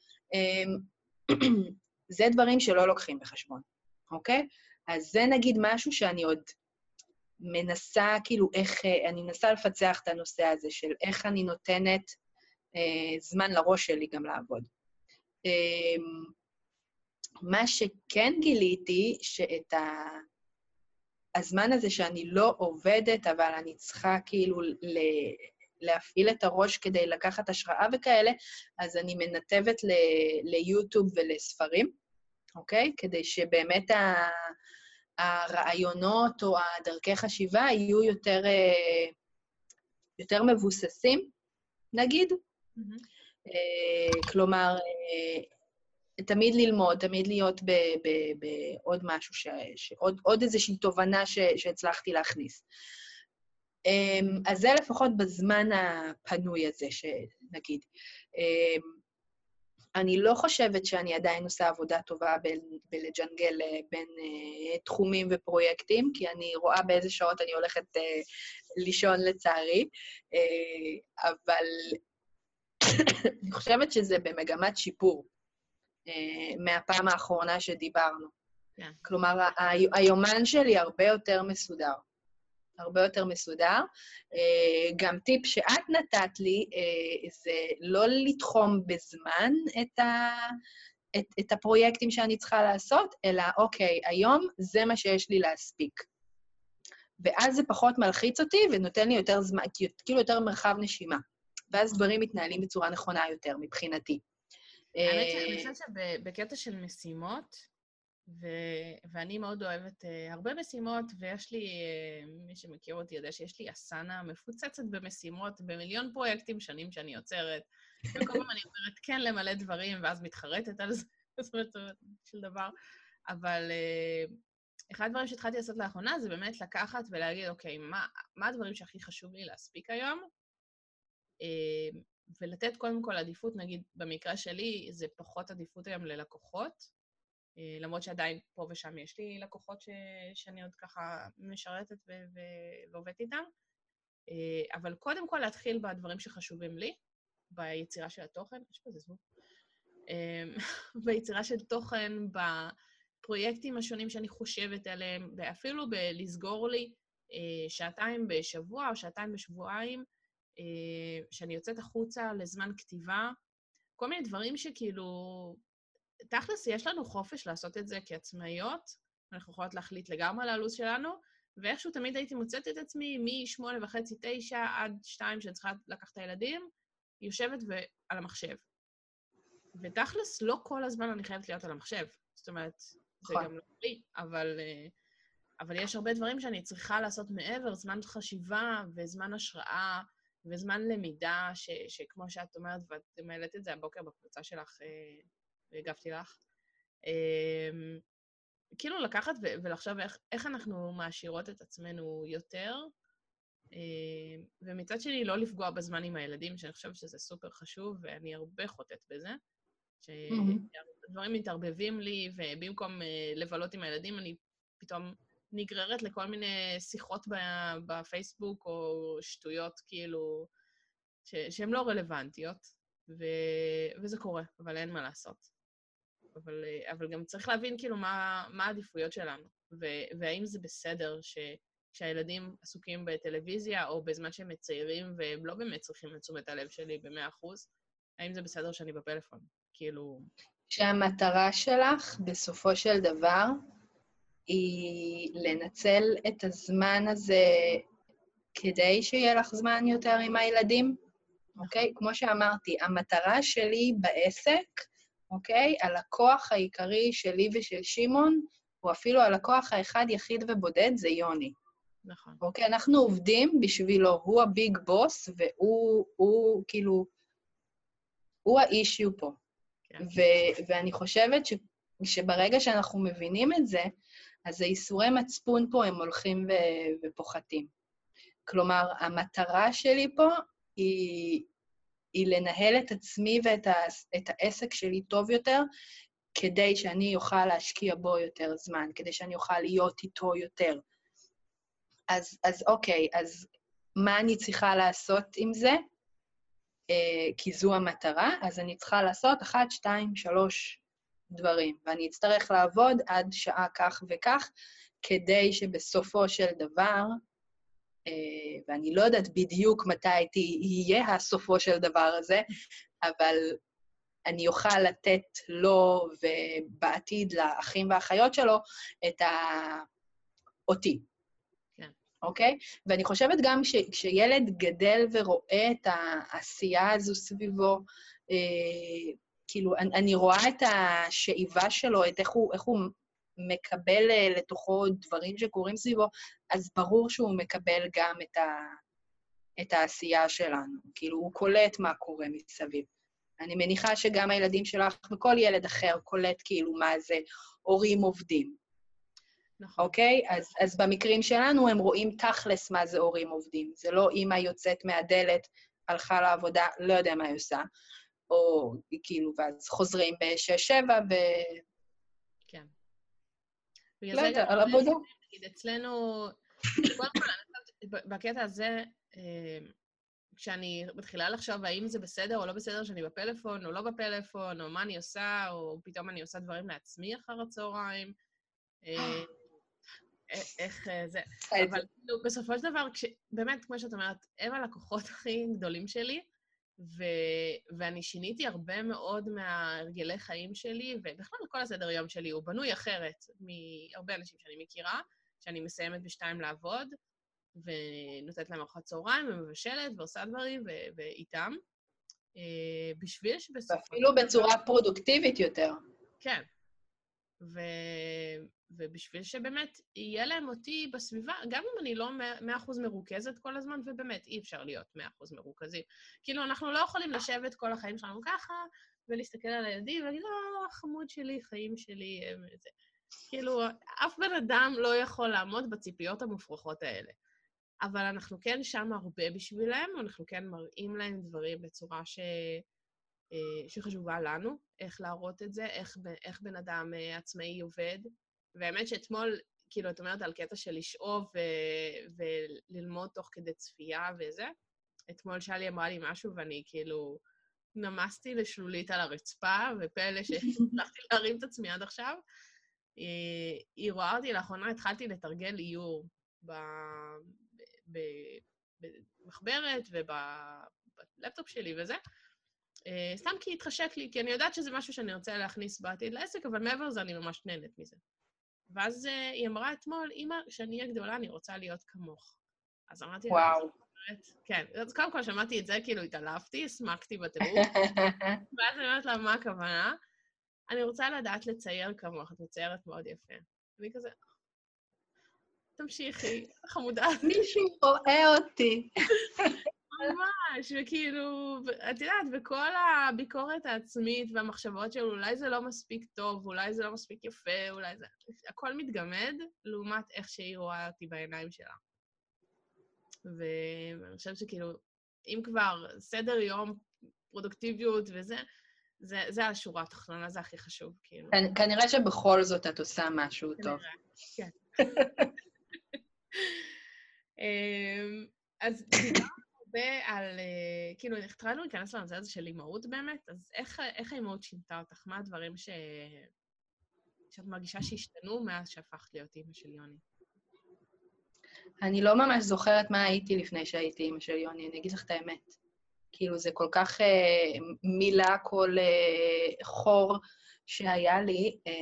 זה דברים שלא לוקחים בחשבון, אוקיי? אז זה נגיד משהו שאני עוד מנסה, כאילו איך, אני מנסה לפצח את הנושא הזה של איך אני נותנת אה, זמן לראש שלי גם לעבוד. אה, מה שכן גיליתי, שאת ה... הזמן הזה שאני לא עובדת, אבל אני צריכה כאילו ל... להפעיל את הראש כדי לקחת השראה וכאלה, אז אני מנתבת ל... ליוטיוב ולספרים. אוקיי? כדי שבאמת ה... הרעיונות או הדרכי חשיבה יהיו יותר, יותר מבוססים, נגיד. Mm-hmm. כלומר, תמיד ללמוד, תמיד להיות בעוד משהו, ש, ש, עוד, עוד איזושהי תובנה ש, שהצלחתי להכניס. אז זה לפחות בזמן הפנוי הזה, שנגיד. אני לא חושבת שאני עדיין עושה עבודה טובה בלג'נגל בין uh, תחומים ופרויקטים, כי אני רואה באיזה שעות אני הולכת uh, לישון לצערי, uh, אבל אני חושבת שזה במגמת שיפור uh, מהפעם האחרונה שדיברנו. Yeah. כלומר, ה- היומן שלי הרבה יותר מסודר. הרבה יותר מסודר. גם טיפ שאת נתת לי, זה לא לתחום בזמן את, ה, את, את הפרויקטים שאני צריכה לעשות, אלא אוקיי, היום זה מה שיש לי להספיק. ואז זה פחות מלחיץ אותי ונותן לי יותר זמן, כאילו יותר מרחב נשימה. ואז דברים מתנהלים בצורה נכונה יותר מבחינתי. האמת שאני חושבת שבקטע של משימות, ו- ואני מאוד אוהבת uh, הרבה משימות, ויש לי, uh, מי שמכיר אותי יודע שיש לי אסנה מפוצצת במשימות, במיליון פרויקטים שנים שאני יוצרת, וכל פעם אני אומרת כן למלא דברים, ואז מתחרטת על זה, זאת אומרת, של דבר. אבל uh, אחד הדברים שהתחלתי לעשות לאחרונה, זה באמת לקחת ולהגיד, אוקיי, מה, מה הדברים שהכי חשוב לי להספיק היום? Uh, ולתת קודם כל עדיפות, נגיד, במקרה שלי, זה פחות עדיפות היום ללקוחות, למרות שעדיין פה ושם יש לי לקוחות ש... שאני עוד ככה משרתת ו... ו... ועובדת איתם, אבל קודם כל להתחיל בדברים שחשובים לי, ביצירה של התוכן, יש פה איזה זמן, ביצירה של תוכן, בפרויקטים השונים שאני חושבת עליהם, ואפילו בלסגור לי שעתיים בשבוע או שעתיים בשבועיים, שאני יוצאת החוצה לזמן כתיבה, כל מיני דברים שכאילו... תכלס, יש לנו חופש לעשות את זה כעצמאיות, אנחנו יכולות להחליט לגמרי על הלו"ז שלנו, ואיכשהו תמיד הייתי מוצאת את עצמי מ-שמונה וחצי, תשע עד שתיים שאני צריכה לקחת את הילדים, יושבת על המחשב. ותכלס, לא כל הזמן אני חייבת להיות על המחשב. זאת אומרת, זה גם לא לי, אבל, אבל יש הרבה דברים שאני צריכה לעשות מעבר, זמן חשיבה וזמן השראה וזמן למידה, ש, שכמו שאת אומרת, ואת מעלת את זה הבוקר בקבוצה שלך, והגבתי לך, כאילו לקחת ולחשוב איך, איך אנחנו מעשירות את עצמנו יותר, ומצד שני לא לפגוע בזמן עם הילדים, שאני חושבת שזה סופר חשוב, ואני הרבה חוטאת בזה, שדברים מתערבבים לי, ובמקום לבלות עם הילדים, אני פתאום נגררת לכל מיני שיחות בפייסבוק, או שטויות כאילו, שהן לא רלוונטיות, וזה קורה, אבל אין מה לעשות. אבל, אבל גם צריך להבין כאילו מה, מה העדיפויות שלנו, והאם זה בסדר שהילדים עסוקים בטלוויזיה, או בזמן שהם מציירים, והם לא באמת צריכים את תשומת הלב שלי ב-מאה אחוז, האם זה בסדר שאני בפלאפון? כאילו... שהמטרה שלך, בסופו של דבר, היא לנצל את הזמן הזה כדי שיהיה לך זמן יותר עם הילדים, אוקיי? כמו שאמרתי, המטרה שלי בעסק, אוקיי? הלקוח העיקרי שלי ושל שימון, הוא אפילו הלקוח האחד יחיד ובודד, זה יוני. נכון. אוקיי? אנחנו עובדים בשבילו, הוא הביג בוס, והוא, הוא, כאילו, הוא האישיו פה. כן. ו- ואני חושבת ש- שברגע שאנחנו מבינים את זה, אז האיסורי מצפון פה הם הולכים ו- ופוחתים. כלומר, המטרה שלי פה היא... היא לנהל את עצמי ואת ה, את העסק שלי טוב יותר, כדי שאני אוכל להשקיע בו יותר זמן, כדי שאני אוכל להיות איתו יותר. אז, אז אוקיי, אז מה אני צריכה לעשות עם זה? אה, כי זו המטרה, אז אני צריכה לעשות אחת, שתיים, שלוש דברים, ואני אצטרך לעבוד עד שעה כך וכך, כדי שבסופו של דבר, ואני לא יודעת בדיוק מתי יהיה הסופו של דבר הזה, אבל אני אוכל לתת לו ובעתיד לאחים והאחיות שלו את ה... אותי. כן. אוקיי? ואני חושבת גם שכשילד גדל ורואה את העשייה הזו סביבו, כאילו, אני, אני רואה את השאיבה שלו, את איך הוא, איך הוא מקבל לתוכו דברים שקורים סביבו, אז ברור שהוא מקבל גם את, ה, את העשייה שלנו. כאילו, הוא קולט מה קורה מסביב. אני מניחה שגם הילדים שלך וכל ילד אחר קולט כאילו מה זה הורים עובדים. נכון. אוקיי? אז, אז במקרים שלנו הם רואים תכלס מה זה הורים עובדים. זה לא אמא יוצאת מהדלת, הלכה לעבודה, לא יודע מה היא עושה, או כאילו, ואז חוזרים בשש שבע ו... כן. לא יודע, על עבודה. נגיד, אצלנו, קודם כל, בקטע הזה, כשאני מתחילה לחשוב האם זה בסדר או לא בסדר שאני בפלאפון או לא בפלאפון, או מה אני עושה, או פתאום אני עושה דברים לעצמי אחר הצהריים, איך זה. אבל בסופו של דבר, באמת, כמו שאת אומרת, הם הלקוחות הכי גדולים שלי, ואני שיניתי הרבה מאוד מהרגלי חיים שלי, ובכלל כל הסדר יום שלי הוא בנוי אחרת מהרבה אנשים שאני מכירה, שאני מסיימת בשתיים לעבוד, ונותנת להם ארוחת צהריים, ומבשלת, ועושה דברים, ואיתם. בשביל שבסופו... ואפילו בצורה פרודוקטיבית יותר. כן. ובשביל שבאמת יהיה להם אותי בסביבה, גם אם אני לא מאה אחוז מרוכזת כל הזמן, ובאמת אי אפשר להיות מאה אחוז מרוכזים. כאילו, אנחנו לא יכולים לשבת כל החיים שלנו ככה, ולהסתכל על הילדים, ולהגיד, לא, חמוד שלי, חיים שלי, זה. כאילו, אף בן אדם לא יכול לעמוד בציפיות המופרכות האלה. אבל אנחנו כן שם הרבה בשבילם, אנחנו כן מראים להם דברים בצורה ש... שחשובה לנו, איך להראות את זה, איך, איך בן אדם עצמאי עובד. והאמת שאתמול, כאילו, את אומרת על קטע של לשאוב ו... וללמוד תוך כדי צפייה וזה, אתמול שלי אמרה לי משהו ואני כאילו נמסתי לשלולית על הרצפה, ופלא שהצלחתי להרים את עצמי עד עכשיו. היא, היא רואה אותי, לאחרונה התחלתי לתרגל איור ב... במחברת ובלפטופ שלי וזה, סתם כי התחשק לי, כי אני יודעת שזה משהו שאני רוצה להכניס בעתיד לעסק, אבל מעבר לזה אני ממש נהנית מזה. ואז היא אמרה אתמול, אמא, כשאני אהיה גדולה, אני רוצה להיות כמוך. אז אמרתי, וואו. כן, אז קודם כל שמעתי את זה, כאילו התעלפתי, הסמקתי בטירוף, ואז אני אומרת לה, מה הכוונה? אני רוצה לדעת לצייר כמוך, את מציירת מאוד יפה. אני כזה, תמשיכי, חמודה. מישהו רואה אותי. ממש, וכאילו, את יודעת, בכל הביקורת העצמית והמחשבות של אולי זה לא מספיק טוב, אולי זה לא מספיק יפה, אולי זה... הכל מתגמד לעומת איך שהיא רואה אותי בעיניים שלה. ואני חושבת שכאילו, אם כבר סדר יום, פרודוקטיביות וזה, זה, זה השורה התחתונה, זה הכי חשוב, כאילו. כנראה שבכל זאת את עושה משהו טוב. כן. אז דיברנו הרבה על, כאילו, התחלנו להיכנס לנושא הזה של אימהות באמת, אז איך, איך האימהות שינתה אותך? מה הדברים ש... שאת מרגישה שהשתנו מאז שהפכת להיות אימא של יוני? אני לא ממש זוכרת מה הייתי לפני שהייתי אימא של יוני, אני אגיד לך את האמת. כאילו, זה כל כך אה, מילה כל אה, חור שהיה לי. אה,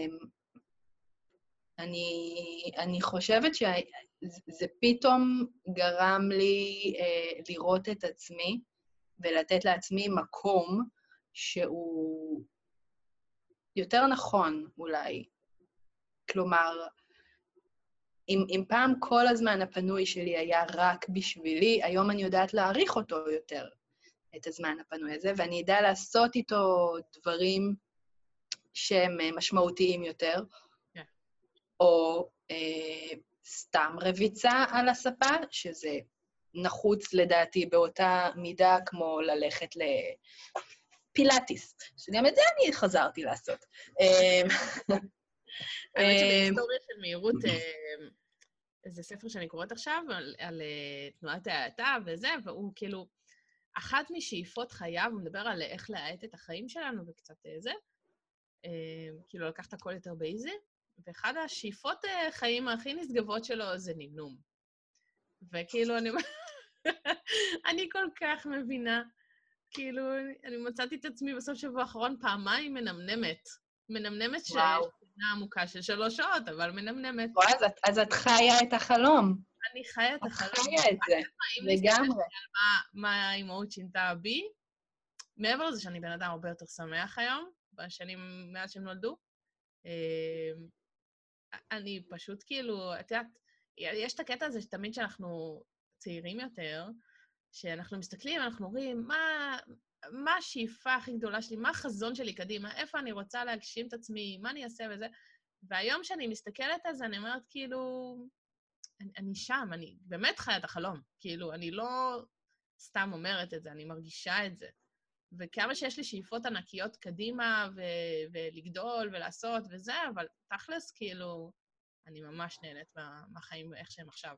אני, אני חושבת שזה פתאום גרם לי אה, לראות את עצמי, ולתת לעצמי מקום שהוא יותר נכון, אולי. כלומר, אם, אם פעם כל הזמן הפנוי שלי היה רק בשבילי, היום אני יודעת להעריך אותו יותר, את הזמן הפנוי הזה, ואני יודע לעשות איתו דברים שהם משמעותיים יותר, yeah. או אה, סתם רביצה על הספה, שזה נחוץ לדעתי באותה מידה כמו ללכת לפילאטיס, שגם את זה אני חזרתי לעשות. האמת שבהיסטוריה של מהירות, איזה ספר שאני קוראת עכשיו, על, על תנועת ההאטה וזה, והוא כאילו, אחת משאיפות חייו, הוא מדבר על איך להאט את החיים שלנו וקצת זה, כאילו לקחת הכל יותר באיזי, ואחד השאיפות חיים הכי נשגבות שלו זה נמנום. וכאילו אני, אני כל כך מבינה, כאילו אני מצאתי את עצמי בסוף שבוע האחרון פעמיים מנמנמת. מנמנמת שינה עמוקה של שלוש שעות, אבל מנמנמת. וואי, אז, אז את חיה את החלום. אני חיה את החלום. את חיה את זה, לגמרי. מה, מה האימהות שינתה בי? מעבר לזה שאני בן אדם הרבה יותר שמח היום, בשנים מאז שהם נולדו. אני פשוט כאילו, את יודעת, יש את הקטע הזה שתמיד שאנחנו צעירים יותר, שאנחנו מסתכלים, אנחנו אומרים, מה, מה השאיפה הכי גדולה שלי, מה החזון שלי קדימה, איפה אני רוצה להגשים את עצמי, מה אני אעשה וזה. והיום שאני מסתכלת על זה, אני אומרת כאילו, אני, אני שם, אני באמת חיה את החלום. כאילו, אני לא סתם אומרת את זה, אני מרגישה את זה. וכמה שיש לי שאיפות ענקיות קדימה, ו- ולגדול ולעשות וזה, אבל תכלס, כאילו, אני ממש נהנית מה- מהחיים איך שהם עכשיו.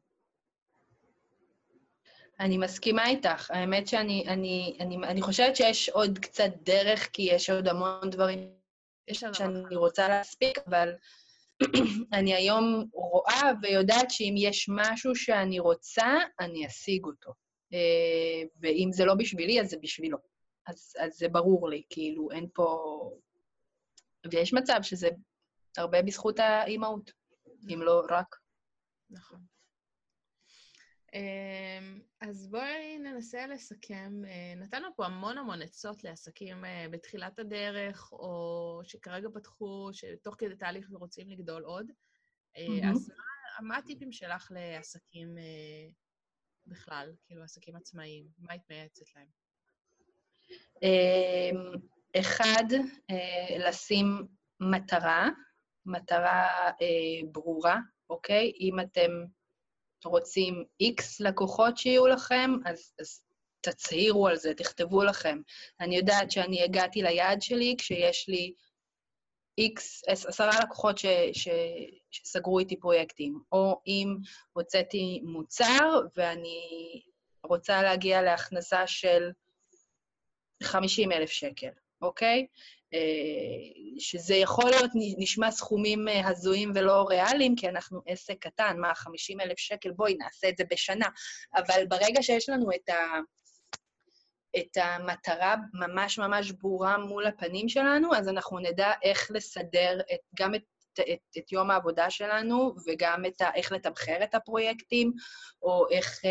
אני מסכימה איתך. האמת שאני אני, אני, אני חושבת שיש עוד קצת דרך, כי יש עוד המון דברים שאני רוצה להספיק, אבל אני היום רואה ויודעת שאם יש משהו שאני רוצה, אני אשיג אותו. ואם זה לא בשבילי, אז זה בשבילו. אז, אז זה ברור לי, כאילו, אין פה... ויש מצב שזה הרבה בזכות האימהות, אם לא רק. נכון. אז בואי ננסה לסכם. נתנו פה המון המון עצות לעסקים בתחילת הדרך, או שכרגע פתחו, שתוך כדי תהליך ורוצים לגדול עוד. אז מה, מה הטיפים שלך לעסקים בכלל, כאילו עסקים עצמאיים? מה את מייעצת להם? אחד, לשים מטרה, מטרה ברורה, אוקיי? אם אתם רוצים X לקוחות שיהיו לכם, אז, אז תצהירו על זה, תכתבו לכם. אני יודעת שאני הגעתי ליעד שלי כשיש לי X, עשרה לקוחות ש, ש, שסגרו איתי פרויקטים, או אם הוצאתי מוצר ואני רוצה להגיע להכנסה של חמישים אלף שקל, אוקיי? שזה יכול להיות נשמע סכומים הזויים ולא ריאליים, כי אנחנו עסק קטן, מה, חמישים אלף שקל, בואי נעשה את זה בשנה. אבל ברגע שיש לנו את, ה, את המטרה ממש ממש ברורה מול הפנים שלנו, אז אנחנו נדע איך לסדר את, גם את, את, את יום העבודה שלנו, וגם את ה, איך לתמחר את הפרויקטים, או איך,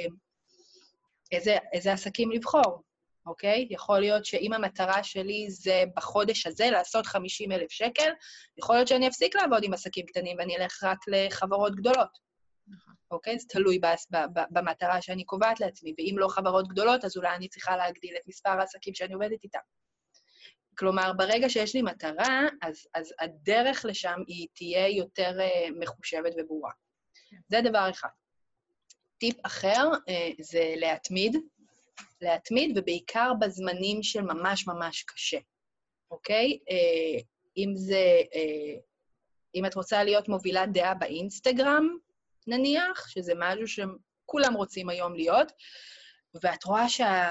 איזה, איזה עסקים לבחור. אוקיי? יכול להיות שאם המטרה שלי זה בחודש הזה לעשות חמישים אלף שקל, יכול להיות שאני אפסיק לעבוד עם עסקים קטנים ואני אלך רק לחברות גדולות. נכון. אוקיי? זה תלוי במטרה שאני קובעת לעצמי, ואם לא חברות גדולות, אז אולי אני צריכה להגדיל את מספר העסקים שאני עובדת איתם. כלומר, ברגע שיש לי מטרה, אז, אז הדרך לשם היא תהיה יותר uh, מחושבת וברורה. Yeah. זה דבר אחד. טיפ אחר uh, זה להתמיד, להתמיד, ובעיקר בזמנים של ממש ממש קשה, אוקיי? אם זה, אם את רוצה להיות מובילת דעה באינסטגרם, נניח, שזה משהו שכולם רוצים היום להיות, ואת רואה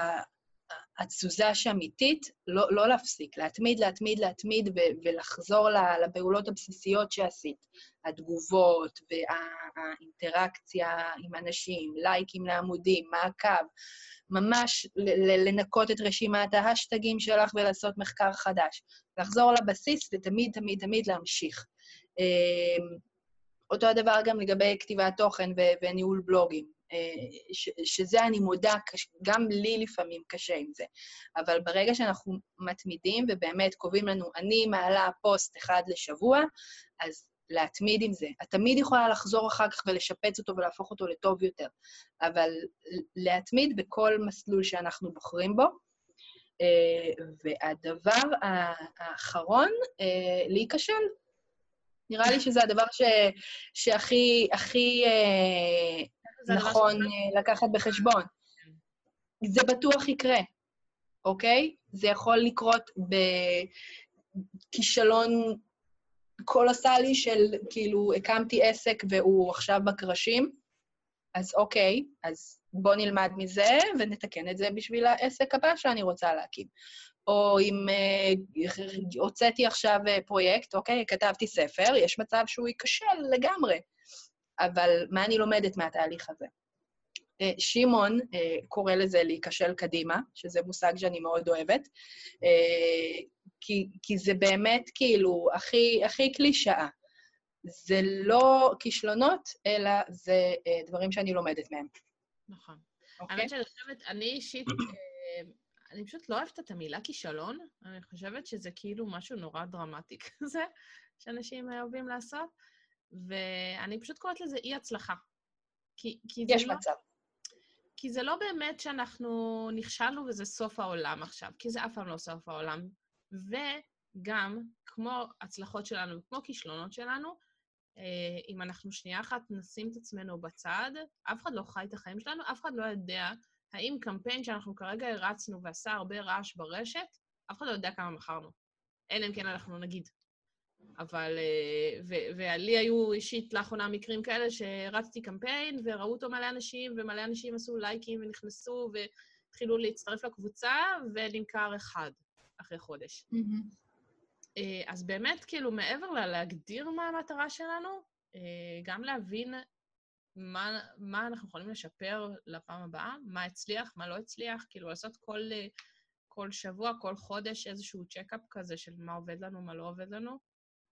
שהתזוזה שאמיתית, לא, לא להפסיק, להתמיד, להתמיד, להתמיד, ו- ולחזור לפעולות הבסיסיות שעשית, התגובות והאינטראקציה עם אנשים, לייקים לעמודים, מעקב, ממש לנקות את רשימת ההשטגים שלך ולעשות מחקר חדש. לחזור לבסיס ותמיד, תמיד, תמיד להמשיך. אותו הדבר גם לגבי כתיבת תוכן וניהול בלוגים, שזה אני מודה, גם לי לפעמים קשה עם זה. אבל ברגע שאנחנו מתמידים ובאמת קובעים לנו, אני מעלה פוסט אחד לשבוע, אז להתמיד עם זה. את תמיד יכולה לחזור אחר כך ולשפץ אותו ולהפוך אותו לטוב יותר, אבל להתמיד בכל מסלול שאנחנו בוחרים בו. והדבר האחרון, להיכשל. נראה לי שזה הדבר ש, שהכי הכי, נכון לקחת בחשבון. זה בטוח יקרה, אוקיי? זה יכול לקרות בכישלון קולוסלי של, כאילו, הקמתי עסק והוא עכשיו בקרשים, אז אוקיי, אז בוא נלמד מזה ונתקן את זה בשביל העסק הבא שאני רוצה להקים. או אם uh, הוצאתי עכשיו פרויקט, אוקיי, כתבתי ספר, יש מצב שהוא ייכשל לגמרי. אבל מה אני לומדת מהתהליך הזה? Uh, שימון uh, קורא לזה להיכשל קדימה, שזה מושג שאני מאוד אוהבת, uh, כי, כי זה באמת כאילו הכי, הכי קלישאה. זה לא כישלונות, אלא זה uh, דברים שאני לומדת מהם. נכון. האמת שאני חושבת, אני אישית, אני פשוט לא אוהבת את המילה כישלון, אני חושבת שזה כאילו משהו נורא דרמטי כזה, שאנשים אוהבים לעשות, ואני פשוט קוראת לזה אי-הצלחה. כי, כי יש לא, מצב. כי זה לא באמת שאנחנו נכשלנו וזה סוף העולם עכשיו, כי זה אף פעם לא סוף העולם. וגם, כמו הצלחות שלנו, כמו כישלונות שלנו, אם אנחנו שנייה אחת נשים את עצמנו בצד, אף אחד לא חי את החיים שלנו, אף אחד לא יודע האם קמפיין שאנחנו כרגע הרצנו ועשה הרבה רעש ברשת, אף אחד לא יודע כמה מכרנו. אין אם כן אנחנו נגיד. אבל, ו- ולי היו אישית לאחרונה מקרים כאלה שרצתי קמפיין וראו אותו מלא אנשים, ומלא אנשים עשו לייקים ונכנסו והתחילו להצטרף לקבוצה, ונמכר אחד אחרי חודש. Mm-hmm. אז באמת, כאילו, מעבר לה להגדיר מה המטרה שלנו, גם להבין מה, מה אנחנו יכולים לשפר לפעם הבאה, מה הצליח, מה לא הצליח, כאילו לעשות כל, כל שבוע, כל חודש איזשהו צ'קאפ כזה של מה עובד לנו, מה לא עובד לנו.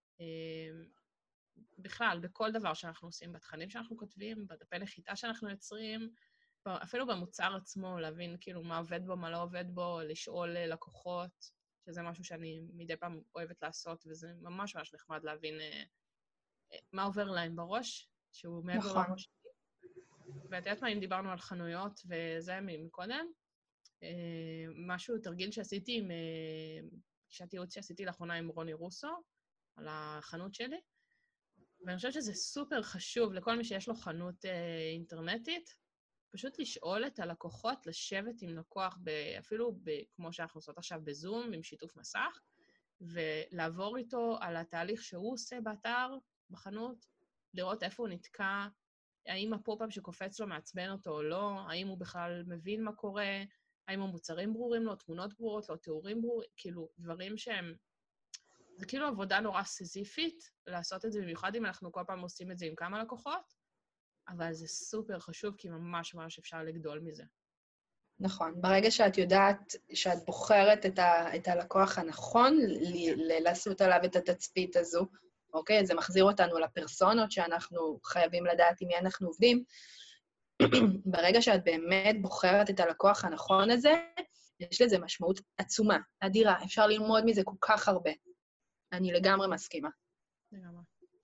בכלל, בכל דבר שאנחנו עושים, בתכנים שאנחנו כותבים, בדפי נחיתה שאנחנו יוצרים, אפילו במוצר עצמו, להבין כאילו מה עובד בו, מה לא עובד בו, לשאול לקוחות, שזה משהו שאני מדי פעם אוהבת לעשות, וזה ממש ממש נחמד להבין מה עובר להם בראש, שהוא מעבר נכון. לראש. ואת יודעת מה, אם דיברנו על חנויות, וזה מקודם, משהו, תרגיל שעשיתי עם, פגישת ייעוץ שעשיתי לאחרונה עם רוני רוסו, על החנות שלי, ואני חושבת שזה סופר חשוב לכל מי שיש לו חנות אה, אינטרנטית, פשוט לשאול את הלקוחות, לשבת עם לקוח, ב, אפילו ב, כמו שאנחנו עושות עכשיו בזום, עם שיתוף מסך, ולעבור איתו על התהליך שהוא עושה באתר, בחנות, לראות איפה הוא נתקע, האם הפופ-אפ שקופץ לו מעצבן אותו או לא, האם הוא בכלל מבין מה קורה, האם המוצרים ברורים לו, תמונות ברורות לו, תיאורים ברורים, כאילו דברים שהם... זה כאילו עבודה נורא סיזיפית, לעשות את זה, במיוחד אם אנחנו כל פעם עושים את זה עם כמה לקוחות, אבל זה סופר חשוב, כי ממש ממש אפשר לגדול מזה. נכון. ברגע שאת יודעת שאת בוחרת את, ה, את הלקוח הנכון, ל, לעשות עליו את התצפית הזו, אוקיי? זה מחזיר אותנו לפרסונות שאנחנו חייבים לדעת עם מי אנחנו עובדים. ברגע שאת באמת בוחרת את הלקוח הנכון הזה, יש לזה משמעות עצומה, אדירה. אפשר ללמוד מזה כל כך הרבה. אני לגמרי מסכימה. לגמרי.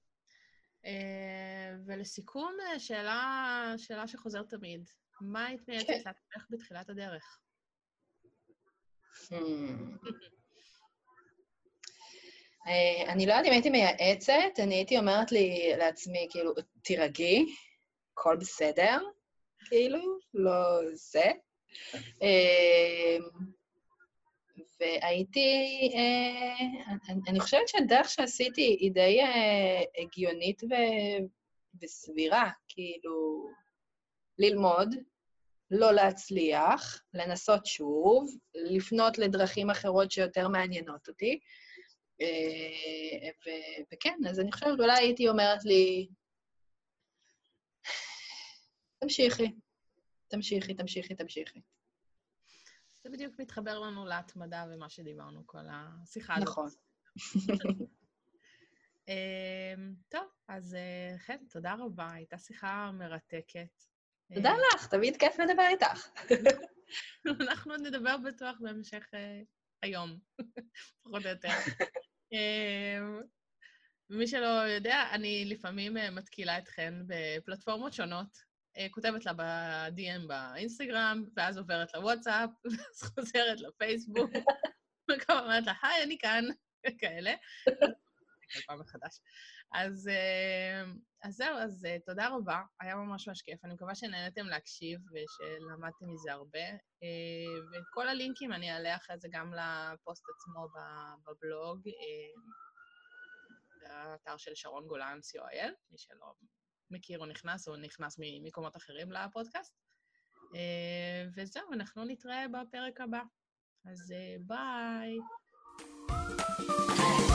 ולסיכום, שאלה, שאלה שחוזרת תמיד. מה היית מייעצת לעצמך בתחילת הדרך? אני לא יודעת אם הייתי מייעצת, אני הייתי אומרת לי לעצמי, כאילו, תירגעי, הכל בסדר, כאילו, לא זה. והייתי, אני חושבת שהדרך שעשיתי היא די הגיונית וסבירה, כאילו, ללמוד, לא להצליח, לנסות שוב, לפנות לדרכים אחרות שיותר מעניינות אותי, וכן, אז אני חושבת, אולי הייתי אומרת לי, תמשיכי, תמשיכי, תמשיכי, תמשיכי. זה בדיוק מתחבר לנו להתמדה ומה שדיברנו כל השיחה הזאת. נכון. טוב, אז כן, תודה רבה, הייתה שיחה מרתקת. תודה לך, תמיד כיף לדבר איתך. אנחנו עוד נדבר בטוח בהמשך היום, פחות או יותר. ומי שלא יודע, אני לפעמים מתקילה אתכן בפלטפורמות שונות, כותבת לה ב-די אם באינסטגרם, ואז עוברת לוואטסאפ, ואז חוזרת לפייסבוק, וכמה אומרת לה, היי, אני כאן, כאלה. כל פעם מחדש. אז, אז זהו, אז תודה רבה, היה ממש ממש כיף. אני מקווה שנהנתם להקשיב ושלמדתם מזה הרבה. ואת כל הלינקים אני אעלה אחרי זה גם לפוסט עצמו בבלוג, באתר של שרון גולן, סי או איי אל, מי שלא מכיר או נכנס, או נכנס ממקומות אחרים לפודקאסט. וזהו, אנחנו נתראה בפרק הבא. אז ביי.